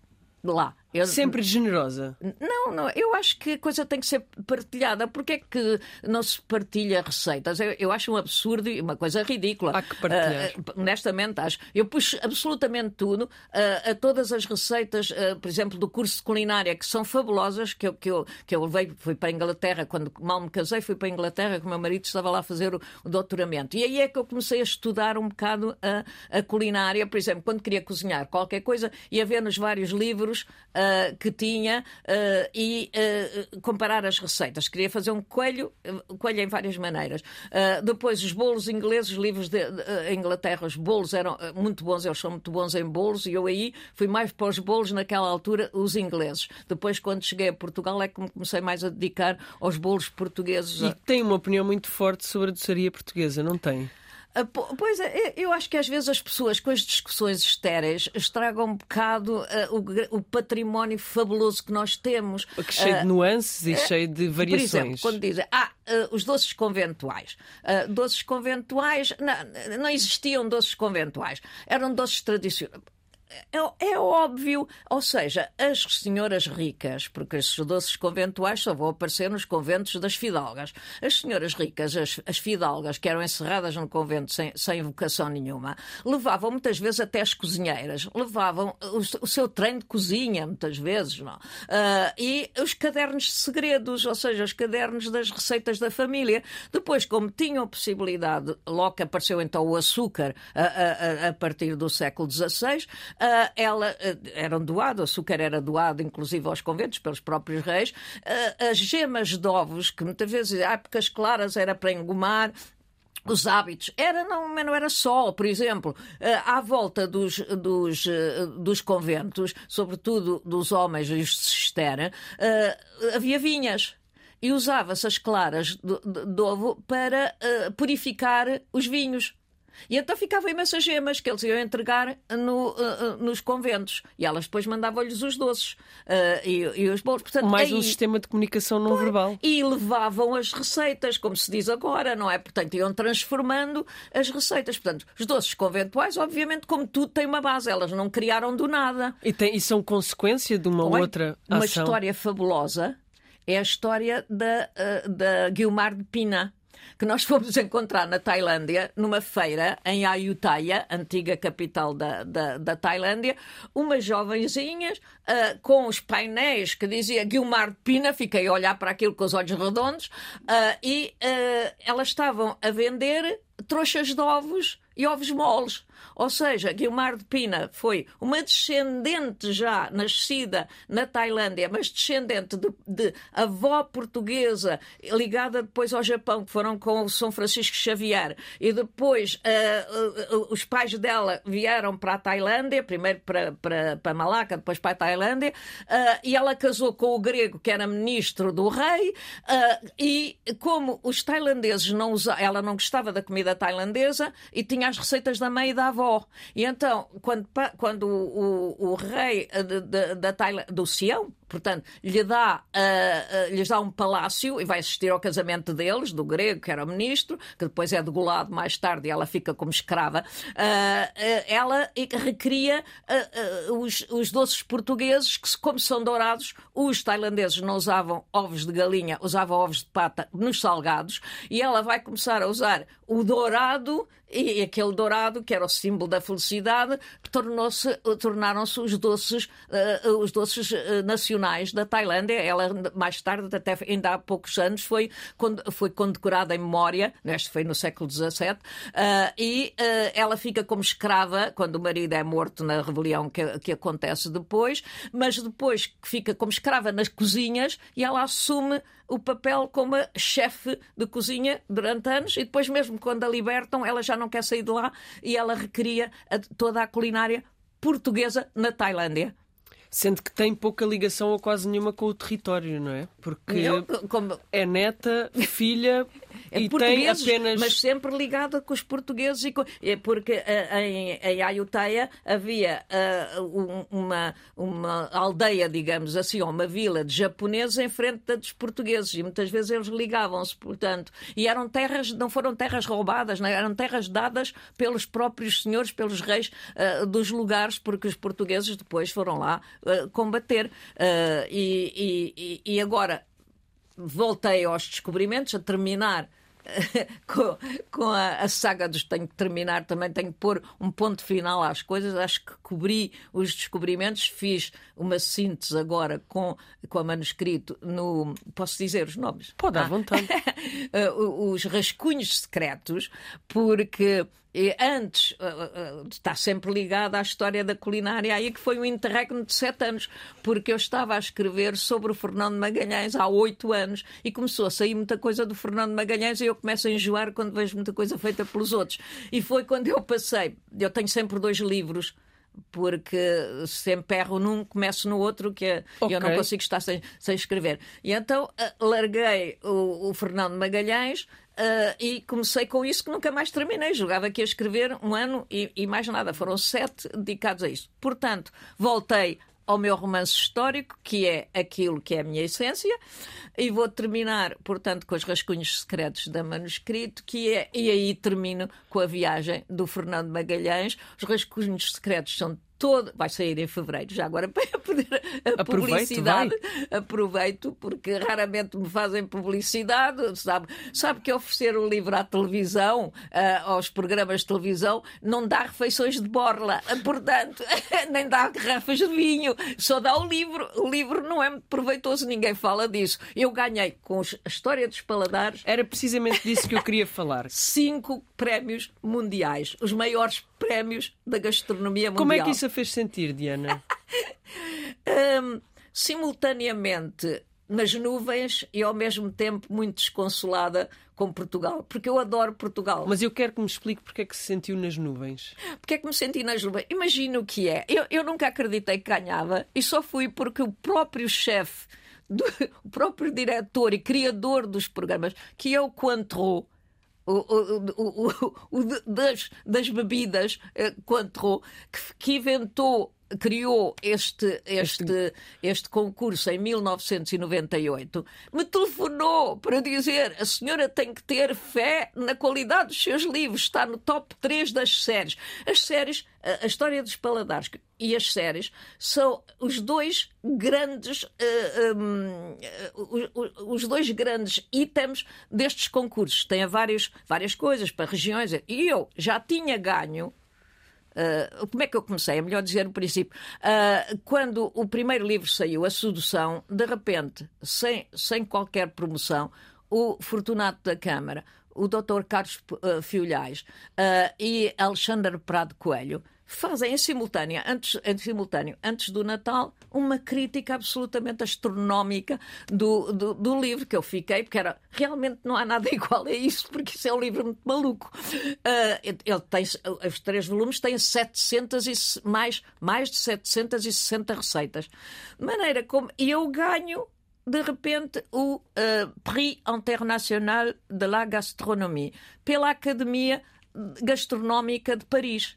lá. Eu... Sempre generosa. Não, não, eu acho que a coisa tem que ser partilhada. Porquê é que não se partilha receitas? Eu, eu acho um absurdo e uma coisa ridícula. Há que partilhar. Uh, honestamente, acho. Eu pus absolutamente tudo, uh, a todas as receitas, uh, por exemplo, do curso de culinária, que são fabulosas, que eu, que eu, que eu levei, fui para a Inglaterra, quando mal me casei, fui para a Inglaterra, que o meu marido estava lá a fazer o, o doutoramento. E aí é que eu comecei a estudar um bocado a, a culinária. Por exemplo, quando queria cozinhar qualquer coisa, ia ver nos vários livros... Uh, uh, que tinha uh, e uh, comparar as receitas. Queria fazer um coelho, uh, coelho em várias maneiras. Uh, depois, os bolos ingleses, livros de, de, de Inglaterra, os bolos eram muito bons, eles são muito bons em bolos, e eu aí fui mais para os bolos naquela altura, os ingleses. Depois, quando cheguei a Portugal, é que me comecei mais a dedicar aos bolos portugueses. E tem uma opinião muito forte sobre a doçaria portuguesa, não tem? Pois é, eu acho que às vezes as pessoas com as discussões estéreis estragam um bocado uh, o, o património fabuloso que nós temos. Que cheio de nuances e uh, cheio de variações. Por exemplo, quando dizem, ah, uh, os doces conventuais. Uh, doces conventuais, não, não existiam doces conventuais, eram doces tradicionais. É, é óbvio, ou seja, as senhoras ricas, porque esses doces conventuais só vão aparecer nos conventos das fidalgas. As senhoras ricas, as, as fidalgas, que eram encerradas no convento sem, sem vocação nenhuma, levavam muitas vezes até as cozinheiras, levavam o, o seu treino de cozinha, muitas vezes, não? Uh, e os cadernos de segredos, ou seja, os cadernos das receitas da família. Depois, como tinham possibilidade, logo que apareceu então o açúcar a, a, a partir do século dezasseis, Uh, ela uh, era doado, o açúcar era doado, inclusive aos conventos, pelos próprios reis. Uh, as gemas de ovos, que muitas vezes, épocas claras, era para engomar. Os hábitos, era, não, mas não era só, por exemplo, à volta dos, dos, dos conventos, sobretudo dos homens e os de Cisterna, havia vinhas. E usava-se as claras de, de, de ovo para purificar os vinhos. E então ficavam imensas gemas que eles iam entregar no, uh, nos conventos. E elas depois mandavam-lhes os doces uh, e, e os bolos. Portanto, mais aí, um sistema de comunicação não foi, verbal. E levavam as receitas, como se diz agora, não é? Portanto, iam transformando as receitas. Portanto, os doces conventuais, obviamente, como tudo, têm uma base. Elas não criaram do nada. E, tem, e são consequência de uma Olha, outra uma ação. Uma história fabulosa é a história da, uh, da Guiomar de Pina, que nós fomos encontrar na Tailândia, numa feira em Ayutthaya, antiga capital da, da, da Tailândia, umas jovenzinhas uh, com os painéis que dizia Guiomar de Pina, fiquei a olhar para aquilo com os olhos redondos, uh, e uh, elas estavam a vender trouxas de ovos e ovos moles. Ou seja, Guiomar de Pina foi uma descendente já nascida na Tailândia, mas descendente de, de avó portuguesa ligada depois ao Japão, que foram com o São Francisco Xavier, e depois uh, uh, uh, os pais dela vieram para a Tailândia, primeiro para, para, para Malaca, depois para a Tailândia, uh, e ela casou com o grego, que era ministro do rei, uh, e como os tailandeses não usavam, ela não gostava da comida tailandesa e tinha as receitas da mãe e da avó. E então, quando, quando o, o, o rei de, de, da Tailândia, do Sião, portanto, lhe dá, uh, uh, lhes dá um palácio e vai assistir ao casamento deles, do grego, que era o ministro, que depois é degolado mais tarde e ela fica como escrava. Uh, uh, ela recria uh, uh, os, os doces portugueses, que, como são dourados, os tailandeses não usavam ovos de galinha, usavam ovos de pata nos salgados, e ela vai começar a usar o dourado, e aquele dourado, que era o símbolo da felicidade, tornou-se, tornaram-se os doces, uh, os doces uh, nacionais da Tailândia. Ela, mais tarde, até ainda há poucos anos, foi, foi condecorada em memória, este foi no século dezassete, uh, e uh, ela fica como escrava quando o marido é morto na rebelião que, que acontece depois, mas depois que fica como escrava nas cozinhas, e ela assume o papel como chefe de cozinha durante anos, e depois mesmo quando a libertam, ela já não quer sair de lá e ela recria a, toda a culinária portuguesa na Tailândia. Sendo que tem pouca ligação ou quase nenhuma com o território, não é? Porque Eu, como... é neta, filha é e tem apenas... mas sempre ligada com os portugueses. E com... é porque uh, em, em Ayutthaya havia uh, uma, uma aldeia, digamos assim, ou uma vila de japoneses em frente da dos portugueses, e muitas vezes eles ligavam-se, portanto. E eram terras, não foram terras roubadas, não, eram terras dadas pelos próprios senhores, pelos reis uh, dos lugares, porque os portugueses depois foram lá Uh, combater. Uh, e, e, e agora voltei aos descobrimentos, a terminar com, com a, a saga dos... Tenho que terminar também, tenho que pôr um ponto final às coisas. Acho que cobri os descobrimentos, fiz uma síntese agora com, com a manuscrito no... Posso dizer os nomes? Pode, à ah. vontade. Os rascunhos secretos, porque E antes, uh, uh, está sempre ligada à história da culinária, aí que foi um interregno de sete anos, porque eu estava a escrever sobre o Fernando Magalhães há oito anos e começou a sair muita coisa do Fernando Magalhães e eu começo a enjoar quando vejo muita coisa feita pelos outros. E foi quando eu passei, eu tenho sempre dois livros, porque se emperro num, começo no outro, que é, okay. Eu não consigo estar sem, sem escrever. E então uh, larguei o, o Fernando Magalhães uh, e comecei com isso que nunca mais terminei. Jogava aqui a escrever um ano e, e mais nada. Foram sete dedicados a isso. Portanto, voltei ao meu romance histórico, que é aquilo que é a minha essência, e vou terminar, portanto, com os rascunhos secretos da manuscrito, que é, e aí termino com a viagem do Fernando Magalhães. Os rascunhos secretos são todo, vai sair em fevereiro, já agora para poder a publicidade. Vai. Aproveito, porque raramente me fazem publicidade. Sabe, sabe que oferecer o livro à televisão, uh, aos programas de televisão, não dá refeições de borla, portanto, nem dá garrafas de vinho, só dá o livro. O livro não é muito proveitoso, ninguém fala disso. Eu ganhei com a história dos paladares. Era precisamente disso que eu queria falar. Cinco prémios mundiais, os maiores prémios da gastronomia mundial. Como é que isso a fez sentir, Diana? um, simultaneamente nas nuvens e ao mesmo tempo muito desconsolada com Portugal, porque eu adoro Portugal. Mas eu quero que me explique porque é que se sentiu nas nuvens. Porque é que me senti nas nuvens? Imagina o que é. Eu, eu nunca acreditei que ganhava e só fui porque o próprio chefe, do, o próprio diretor e criador dos programas, que é o Cointreau, O, o, o, o, das, das bebidas uh, Cointreau, que, que inventou, criou este, este, este concurso em mil novecentos e noventa e oito, me telefonou para dizer: a senhora tem que ter fé na qualidade dos seus livros, está no top três das séries. As séries, a, a história dos paladares e as séries são os dois grandes uh, um, uh, os dois grandes itens destes concursos. Tem vários, várias coisas para regiões. E eu já tinha ganho. Uh, como é que eu comecei? É melhor dizer no princípio. Uh, quando o primeiro livro saiu, A Sedução, de repente, sem, sem qualquer promoção, o Fortunato da Câmara, o doutor Carlos uh, Fiolhais uh, e Alexandre Prado Coelho fazem em simultâneo, antes, em simultâneo, antes do Natal, uma crítica absolutamente astronómica do, do, do livro, que eu fiquei, porque era, realmente não há nada igual a isso, porque isso é um livro muito maluco. Uh, ele tem, os três volumes têm setecentas e, mais, mais de setecentas e sessenta receitas. De maneira como eu ganho, de repente, o uh, Prix International de la Gastronomie, pela Academia Gastronómica de Paris.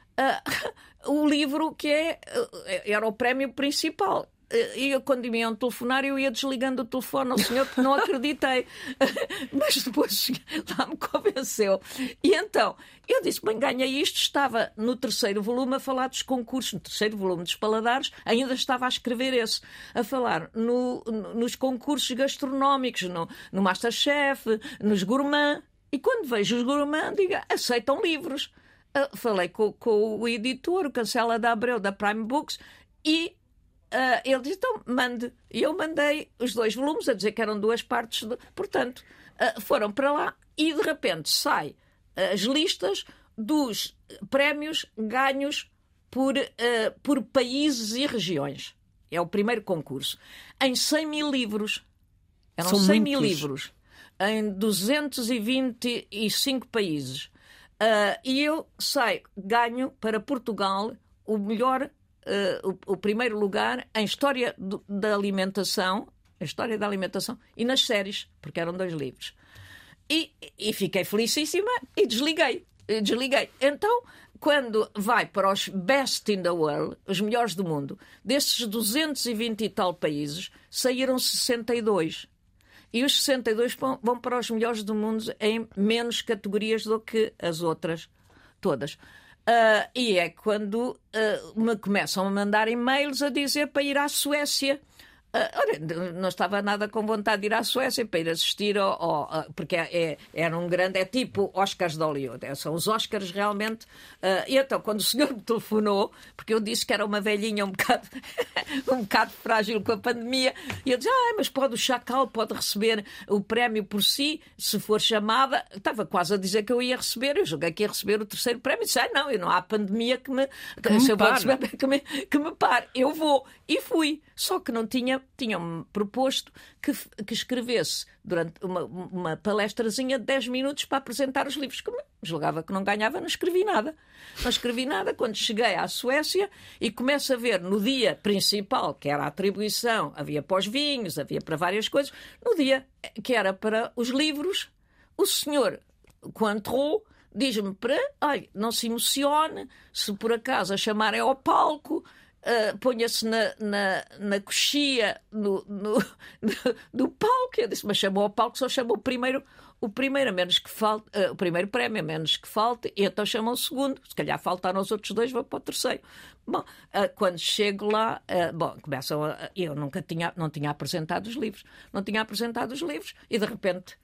Uh, o livro que é, uh, era o prémio principal. Uh, e eu, quando me iam telefonar, eu ia desligando o telefone ao senhor porque não acreditei. Mas depois lá me convenceu. E então, eu disse: bem, ganhei isto. Estava no terceiro volume a falar dos concursos, no terceiro volume dos paladares, ainda estava a escrever esse, a falar no, no, nos concursos gastronómicos, no, no Masterchef, nos Gourmand. E quando vejo os Gourmand, digo: aceitam livros. Uh, falei com, com o editor, o Cancela de Abreu, da Prime Books, e uh, ele disse: então, mande. E eu mandei os dois volumes, a dizer que eram duas partes. De... Portanto, uh, foram para lá e, de repente, saem as listas dos prémios ganhos por, uh, por países e regiões. É o primeiro concurso. Em cem mil livros. Eram São cem muitos. mil livros. Em duzentos e vinte e cinco países. Uh, e eu sei, ganho para Portugal o melhor, uh, o, o primeiro lugar em História do, da Alimentação, a História da Alimentação e nas séries, porque eram dois livros. E, e fiquei felicíssima e desliguei. E desliguei. Então, quando vai para os Best in the World, os melhores do mundo, desses duzentos e vinte e tal países, saíram sessenta e dois. E os sessenta e dois vão para os melhores do mundo em menos categorias do que as outras todas. Uh, e é quando uh, me começam a mandar e-mails a dizer para ir à Suécia Uh, olha, não estava nada com vontade de ir à Suécia para ir assistir ao, ao, porque é, é, era um grande, é tipo Oscars de Hollywood, é, são os Oscars realmente. Uh, e então, quando o senhor me telefonou, porque eu disse que era uma velhinha um bocado, um bocado frágil com a pandemia, e eu disse, ah, mas pode o Chacal, pode receber o prémio por si, se for chamada. Estava quase a dizer que eu ia receber, eu julguei que ia receber o terceiro prémio, e disse, ah, não, eu não há pandemia que me, que, que se me eu vou pare. receber, que me, que me pare, eu vou. E fui, só que não tinha, tinham-me proposto que, que escrevesse durante uma, uma palestrazinha de dez minutos para apresentar os livros. Como julgava que não ganhava, não escrevi nada. Não escrevi nada quando cheguei à Suécia e começo a ver no dia principal, que era a atribuição, havia para os vinhos, havia para várias coisas, no dia que era para os livros, o senhor, quando entrou, diz-me para, olha, não se emocione, se por acaso a chamarem ao palco, Uh, ponha-se na, na, na coxia no, no, no, do palco. Eu disse, mas chamou ao palco, só chamou o primeiro, o primeiro, a menos que falte, uh, o primeiro prémio, a menos que falte, e então chamam o segundo. Se calhar faltaram os outros dois, vou para o terceiro. Bom, uh, quando chego lá, uh, bom, começam a, eu nunca tinha, não tinha apresentado os livros, não tinha apresentado os livros, e de repente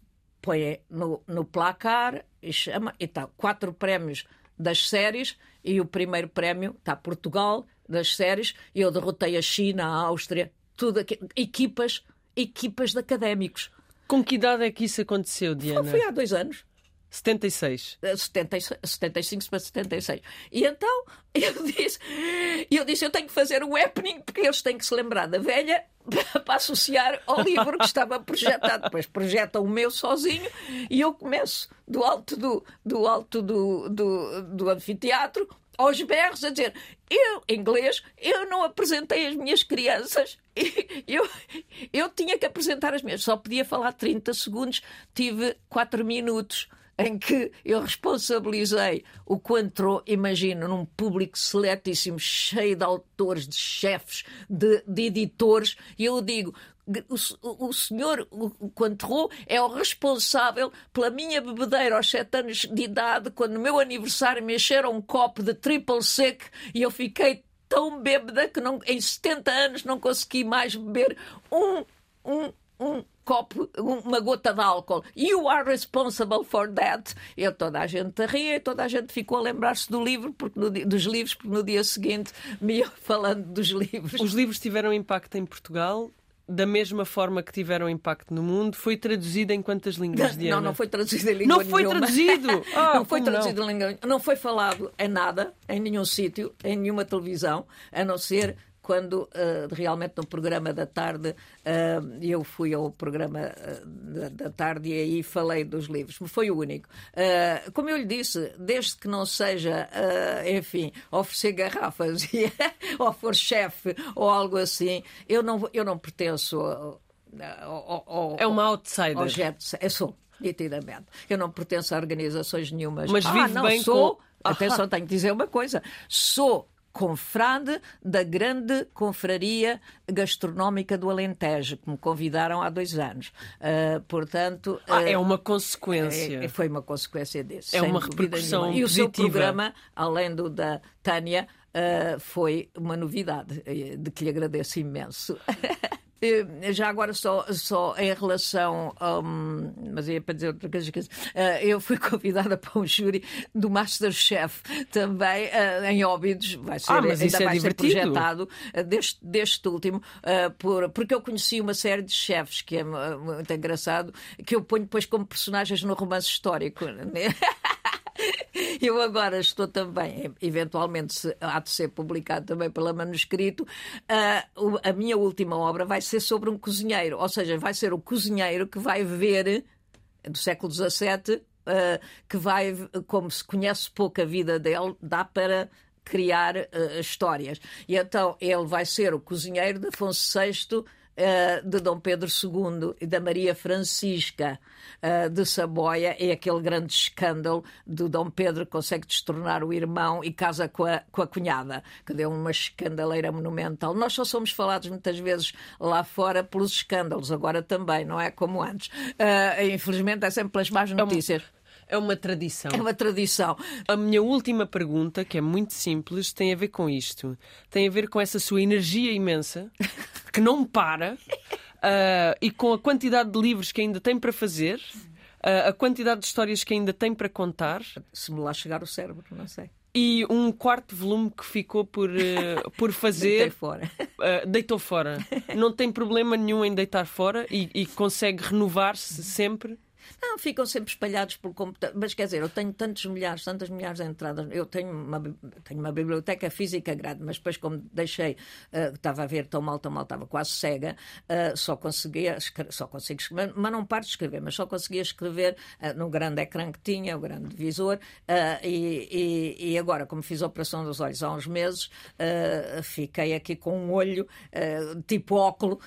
põe no, no placar e chama, e tá, quatro prémios das séries, e o primeiro prémio está Portugal, das séries, e eu derrotei a China, a Áustria, tudo aqui, equipas, equipas de académicos. Com que idade é que isso aconteceu, Diana? Foi, foi há dois anos. setenta e seis. setenta, setenta e cinco para setenta e seis. E então eu disse, eu disse, eu tenho que fazer um happening, porque eles têm que se lembrar da velha para associar ao livro que estava projetado. Depois projetam o meu sozinho e eu começo do alto do, do, alto do, do, do anfiteatro, aos berros, a dizer, eu, em inglês, eu não apresentei as minhas crianças. Eu, eu tinha que apresentar as minhas. Só podia falar trinta segundos, tive quatro minutos em que eu responsabilizei o que entrou, imagino, num público seletíssimo, cheio de autores, de chefes, de, de editores, e eu digo, o, o senhor, o Cointreau, é o responsável pela minha bebedeira aos sete anos de idade, quando no meu aniversário me encheram um copo de triple sec e eu fiquei tão bêbada que não, em setenta anos não consegui mais beber um, um, um copo, uma gota de álcool. You are responsible for that. E toda a gente ria e toda a gente ficou a lembrar-se do livro, porque no, dos livros, porque no dia seguinte me ia falando dos livros. Os livros tiveram impacto em Portugal? Da mesma forma que tiveram impacto no mundo, foi traduzido em quantas línguas, Diana? Não, não foi traduzido em língua Não foi nenhuma. traduzido? Ah, não foi traduzido não? em língua. Não foi falado em nada, em nenhum sítio, em nenhuma televisão, a não ser quando uh, realmente no programa da tarde, uh, eu fui ao programa uh, da, da tarde e aí falei dos livros. Foi o único. Uh, como eu lhe disse, desde que não seja, uh, enfim, oferecer garrafas ou for chefe ou algo assim, eu não, eu não pertenço ao, ao, ao, é uma outsider. Ao jet, eu sou, nitidamente. Eu não pertenço a organizações nenhumas. Mas ah, vive não, bem sou, com... Atenção, ah. tenho que dizer uma coisa. Sou confrade da grande confraria gastronómica do Alentejo, que me convidaram há dois anos. Uh, portanto... Ah, uh, é uma consequência. É, foi uma consequência desse. É uma repercussão nenhuma. E positiva. o seu programa, além do da Tânia, uh, foi uma novidade, de que lhe agradeço imenso. Já agora só, só em relação um, mas ia para dizer outra coisa, uh, eu fui convidada para um júri do Masterchef também uh, em Óbidos, vai ser, ah, mas ainda isso vai é ser divertido. projetado uh, deste, deste último uh, por, porque eu conheci uma série de chefes que é uh, muito engraçado, que eu ponho depois como personagens no romance histórico. Eu agora estou também, eventualmente se, há de ser publicado também pela manuscrito, uh, a minha última obra vai ser sobre um cozinheiro, ou seja, vai ser o cozinheiro que vai ver, do século dezassete, uh, que vai, como se conhece pouco a vida dele, dá para criar uh, histórias. E então ele vai ser o cozinheiro de Afonso sexto, Uh, de Dom Pedro segundo e da Maria Francisca uh, de Saboia. É aquele grande escândalo do Dom Pedro que consegue destornar o irmão e casa com a, com a cunhada, que deu uma escandaleira monumental. Nós só somos falados muitas vezes lá fora pelos escândalos, agora também, não é como antes. Uh, infelizmente é sempre pelas más notícias. É uma tradição. É uma tradição. A minha última pergunta, que é muito simples, tem a ver com isto. Tem a ver com essa sua energia imensa, que não para, uh, e com a quantidade de livros que ainda tem para fazer, uh, a quantidade de histórias que ainda tem para contar. Se me lá chegar o cérebro, não sei. E um quarto volume que ficou por, uh, por fazer. Deitei fora. Uh, deitou fora. Não tem problema nenhum em deitar fora e, e consegue renovar-se sempre. Não, ficam sempre espalhados pelo computador. Mas quer dizer, eu tenho tantos milhares, tantas milhares de entradas. Eu tenho uma, tenho uma biblioteca física grande, mas depois, como deixei, uh, estava a ver tão mal, tão mal, estava quase cega, uh, só conseguia escrever, só consigo escrever, mas não paro de escrever, mas só conseguia escrever uh, no grande ecrã que tinha, o grande visor, uh, e, e, e agora, como fiz a operação dos olhos há uns meses, uh, fiquei aqui com um olho uh, tipo óculo,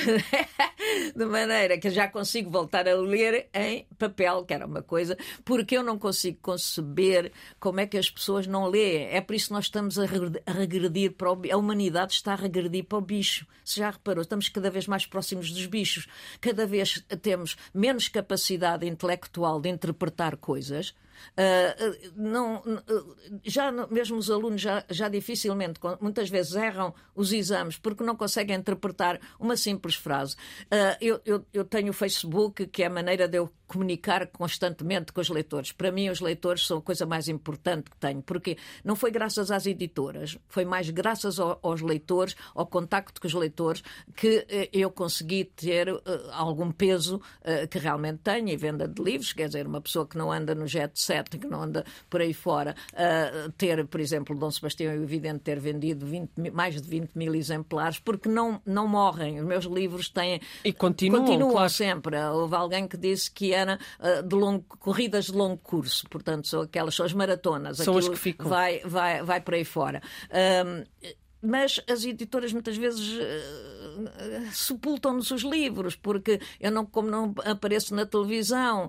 de maneira que já consigo voltar a ler em papel, que era uma coisa, porque eu não consigo conceber como é que as pessoas não leem. É por isso que nós estamos a regredir para o... A humanidade está a regredir para o bicho. Se já reparou, estamos cada vez mais próximos dos bichos. Cada vez temos menos capacidade intelectual de interpretar coisas. Uh, não, uh, já mesmo os alunos já, já dificilmente, muitas vezes erram os exames porque não conseguem interpretar uma simples frase. Uh, eu, eu, eu tenho o Facebook, que é a maneira de eu comunicar constantemente com os leitores. Para mim, os leitores são a coisa mais importante que tenho, porque não foi graças às editoras, foi mais graças ao, aos leitores, ao contacto com os leitores, que uh, eu consegui ter uh, algum peso uh, que realmente tenho, e venda de livros, quer dizer, uma pessoa que não anda no jet set, que não anda por aí fora, uh, ter, por exemplo, Dom Sebastião é evidente ter vendido vinte, mais de vinte mil exemplares, porque não, não morrem. Os meus livros têm... E continuam, continuam claro. Sempre. Houve alguém que disse que era uh, de longo, corridas de longo curso, portanto, são aquelas, são as maratonas. São as que ficam. Vai, vai, vai por aí fora. Um, Mas as editoras muitas vezes uh, sepultam-nos os livros, porque eu não, como não apareço na televisão,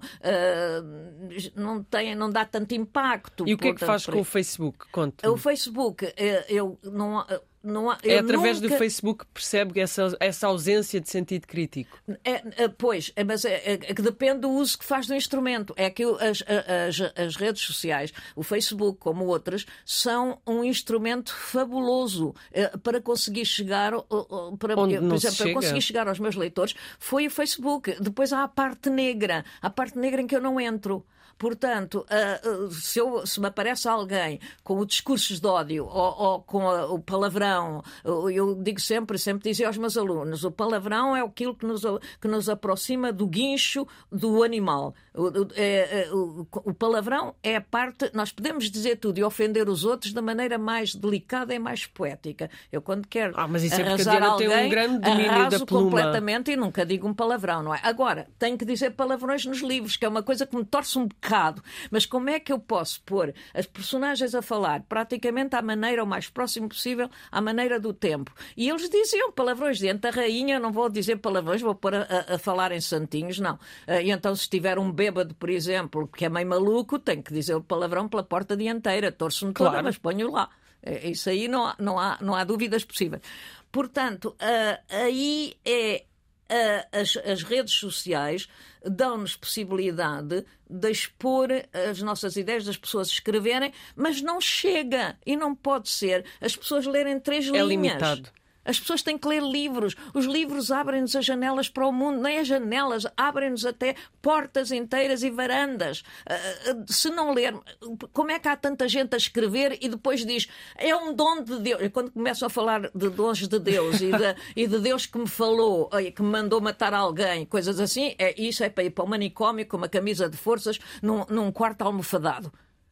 uh, não, tem, não dá tanto impacto. E o que é que faz com o Facebook? Conta-me. O Facebook, eu não... Não há, é através nunca... do Facebook que percebe essa, essa ausência de sentido crítico. É, é, pois, é, mas é, é que depende do uso que faz do instrumento. É que as, as, as redes sociais, o Facebook como outras, são um instrumento fabuloso é, para conseguir chegar, para, Onde por não exemplo, se para chega. conseguir chegar aos meus leitores, foi o Facebook. Depois há a parte negra, a parte negra em que eu não entro. Portanto, uh, uh, se, eu, se me aparece alguém com o discursos de ódio ou, ou com a, o palavrão, uh, eu digo sempre, sempre dizia aos meus alunos, o palavrão é aquilo que nos, que nos aproxima do guincho do animal. O, o, é, o, o palavrão é a parte... Nós podemos dizer tudo e ofender os outros da maneira mais delicada e mais poética. Eu, quando quero ah, mas isso arrasar é porque a Diana alguém, tem um grande domínio arraso da pluma. completamente e nunca digo um palavrão, não é? Agora, tenho que dizer palavrões nos livros, que é uma coisa que me torce um bocado. Mas como é que eu posso pôr as personagens a falar praticamente à maneira, o mais próximo possível, à maneira do tempo? E eles diziam palavrões diante da rainha, não vou dizer palavrões, vou pôr a, a, a falar em santinhos, não. E então, se tiver um bêbado, por exemplo, que é meio maluco, tenho que dizer o palavrão pela porta dianteira, torço-me toda, claro. Mas ponho lá. Isso aí não há, não há, não há dúvidas possíveis. Portanto, uh, aí é... Uh, as, as redes sociais dão-nos possibilidade de expor as nossas ideias, das pessoas escreverem, mas não chega e não pode ser as pessoas lerem três linhas. É limitado. As pessoas têm que ler livros. Os livros abrem-nos as janelas para o mundo. Nem as janelas, abrem-nos até portas inteiras e varandas. Uh, se não ler, como é que há tanta gente a escrever e depois diz é um dom de Deus? E quando começam a falar de dons de Deus e de, e de Deus que me falou, que me mandou matar alguém, coisas assim, é, isso é para ir para o manicômio com uma camisa de forças num, num quarto almofadado.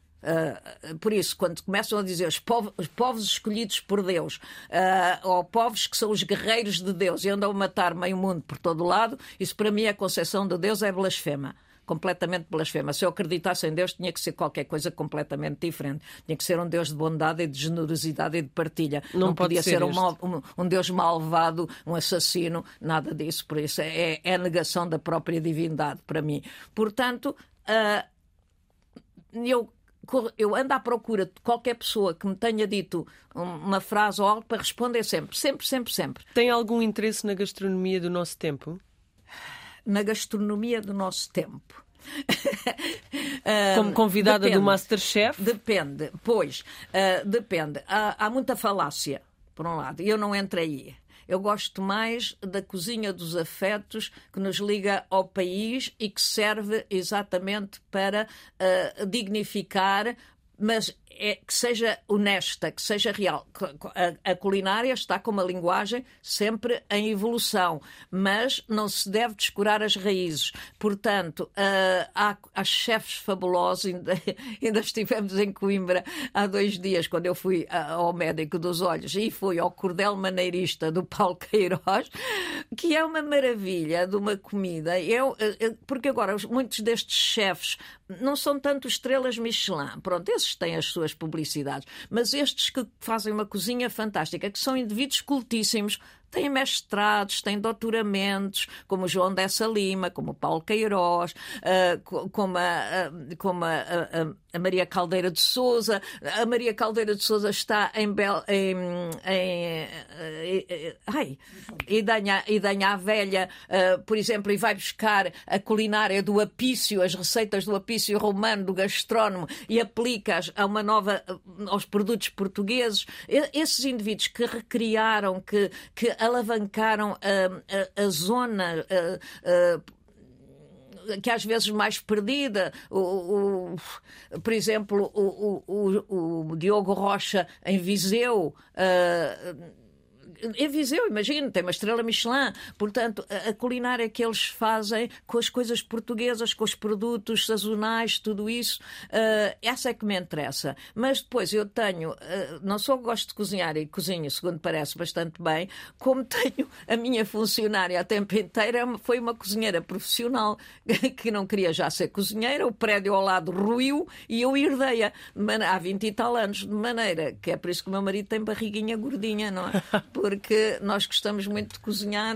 Uh, por isso, quando começam a dizer os povos, os povos escolhidos por Deus, uh, ou povos que são os guerreiros de Deus e andam a matar meio mundo por todo o lado, isso para mim a concepção de Deus é blasfema. Completamente blasfema. Se eu acreditasse em Deus, tinha que ser qualquer coisa completamente diferente. Tinha que ser um Deus de bondade e de generosidade e de partilha. Não, Não podia ser, ser um, este. mal, um, um Deus malvado, um assassino, nada disso. Por isso é, é a negação da própria divindade para mim. Portanto, uh, eu Eu ando à procura de qualquer pessoa que me tenha dito uma frase ou algo para responder sempre, sempre, sempre, sempre. Tem algum interesse na gastronomia do nosso tempo? Na gastronomia do nosso tempo? Como convidada depende, do MasterChef? Depende, pois, uh, depende. Há, há muita falácia, por um lado, e eu não entro aí. Eu gosto mais da cozinha dos afetos que nos liga ao país e que serve exatamente para uh, dignificar, mas é, que seja honesta, que seja real. A, a culinária está com uma linguagem sempre em evolução, mas não se deve descurar as raízes. Portanto, uh, há, há chefes fabulosos, ainda, ainda estivemos em Coimbra há dois dias, quando eu fui ao médico dos olhos e fui ao cordel maneirista do Paulo Queiroz, que é uma maravilha de uma comida. Eu, porque agora muitos destes chefes não são tanto estrelas Michelin, pronto, esses têm as suas publicidades, mas estes que fazem uma cozinha fantástica, que são indivíduos cultíssimos, têm mestrados, têm doutoramentos, como o João Dessa Lima, como o Paulo Queiroz, uh, como, a, uh, como a, a, a Maria Caldeira de Sousa. A Maria Caldeira de Sousa está em... Bel, em, em, em ai, Idanha, Idanha a Velha, uh, por exemplo, e vai buscar a culinária do Apício, as receitas do Apício romano, do gastrónomo, e aplica-as a uma nova, aos produtos portugueses. Esses indivíduos que recriaram, que, que alavancaram a, a, a zona a, a, que às vezes mais perdida, o, o, por exemplo, o, o, o Diogo Rocha em Viseu. Uh, Em Viseu, imagino, tem uma estrela Michelin. Portanto, a culinária que eles fazem com as coisas portuguesas, com os produtos sazonais, tudo isso, uh, essa é que me interessa. Mas depois eu tenho, uh, não só gosto de cozinhar e cozinho, segundo parece, bastante bem, como tenho a minha funcionária a tempo inteiro, foi uma cozinheira profissional que não queria já ser cozinheira, o prédio ao lado ruiu e eu herdei-a há vinte e tal anos, de maneira que é por isso que o meu marido tem barriguinha gordinha, não é? Porque nós gostamos muito de cozinhar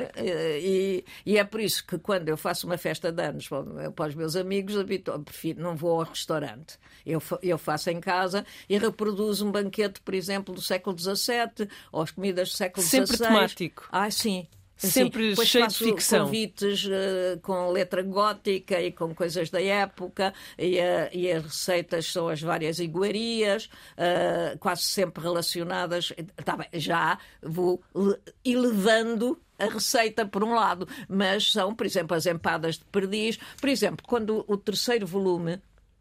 e, e é por isso que quando eu faço uma festa de anos para os meus amigos, eu prefiro, não vou ao restaurante. Eu, eu faço em casa e reproduzo um banquete, por exemplo, do século dezassete ou as comidas do século dezasseis. Sempre temático. Ah, sim. Sempre Sim, cheio de ficção. Convites uh, com letra gótica e com coisas da época, e, uh, e as receitas são as várias iguarias, uh, quase sempre relacionadas. Tá bem, já vou elevando a receita por um lado, mas são, por exemplo, as empadas de perdiz. Por exemplo, quando o terceiro volume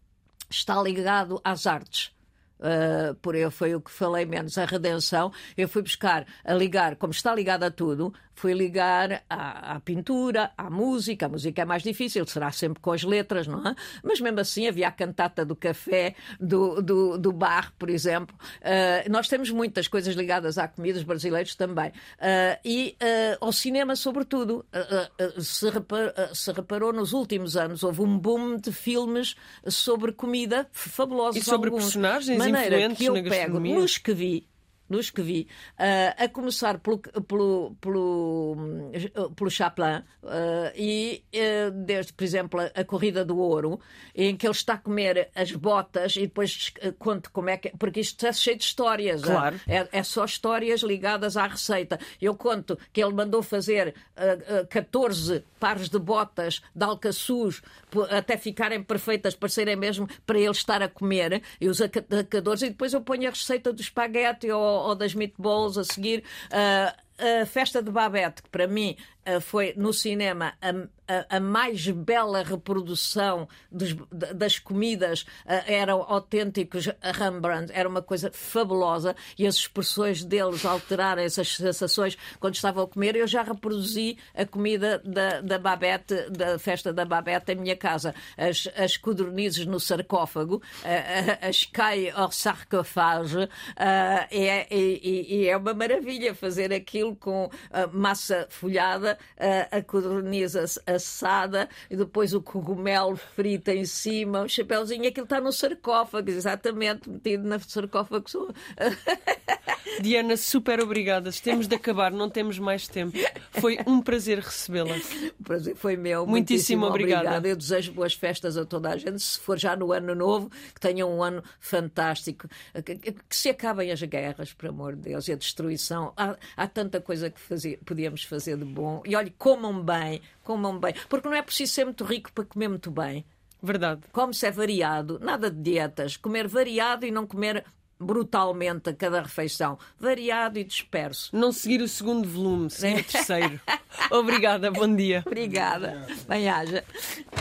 está ligado às artes. Uh, por eu foi o que falei menos, a redenção, eu fui buscar a ligar, como está ligado a tudo, fui ligar à, à pintura, à música. A música é mais difícil, será sempre com as letras, não é? Mas mesmo assim havia a cantata do café, do, do, do bar, por exemplo. Uh, nós temos muitas coisas ligadas à comida, os brasileiros também. Uh, e uh, ao cinema, sobretudo. Uh, uh, se, repar, uh, se reparou, nos últimos anos houve um boom de filmes sobre comida fabulosos. E sobre alguns. personagens maneira influentes que eu na gastronomia. pego nos que vi, nos que vi, uh, a começar pelo, pelo, pelo, pelo Chaplin, uh, e uh, desde, por exemplo, a, a Corrida do Ouro, em que ele está a comer as botas e depois uh, conto como é que... Porque isto é cheio de histórias. Claro. Uh, é, é só histórias ligadas à receita. Eu conto que ele mandou fazer uh, uh, catorze pares de botas de alcaçuz até ficarem perfeitas, parecerem mesmo para ele estar a comer, e os catorze, e depois eu ponho a receita do espaguete ou, ou das meatballs a seguir. Uh, a festa de Babette, que para mim uh, foi no cinema a, a, a mais bela reprodução dos, das comidas, uh, eram autênticos Rembrandt, era uma coisa fabulosa, e as expressões deles alterarem essas sensações quando estavam a comer. Eu já reproduzi a comida da, da Babette, da festa da Babette em minha casa, as, as codornizes no sarcófago, uh, as cailles au sarcophage, uh, é, e, e é uma maravilha fazer aquilo com a massa folhada, a, a codorniz assada e depois o cogumelo frito em cima, o chapéuzinho, aquilo está no sarcófago, exatamente, metido no sarcófago. Diana, super obrigada. Temos de acabar, não temos mais tempo. Foi um prazer recebê-la. O prazer foi meu. Muitíssimo, muitíssimo obrigada. obrigada. Eu desejo boas festas a toda a gente. Se for já no ano novo, que tenham um ano fantástico. Que, que se acabem as guerras, por amor de Deus, e a destruição. Há, há tanta coisa que fazia, podíamos fazer de bom. E olhe, comam bem, comam bem. Porque não é preciso ser muito rico para comer muito bem. Verdade. Come-se é variado, nada de dietas. Comer variado e não comer brutalmente a cada refeição. Variado e disperso. Não seguir o segundo volume, seguir o terceiro. Obrigada, bom dia. Obrigada. Bem-aja.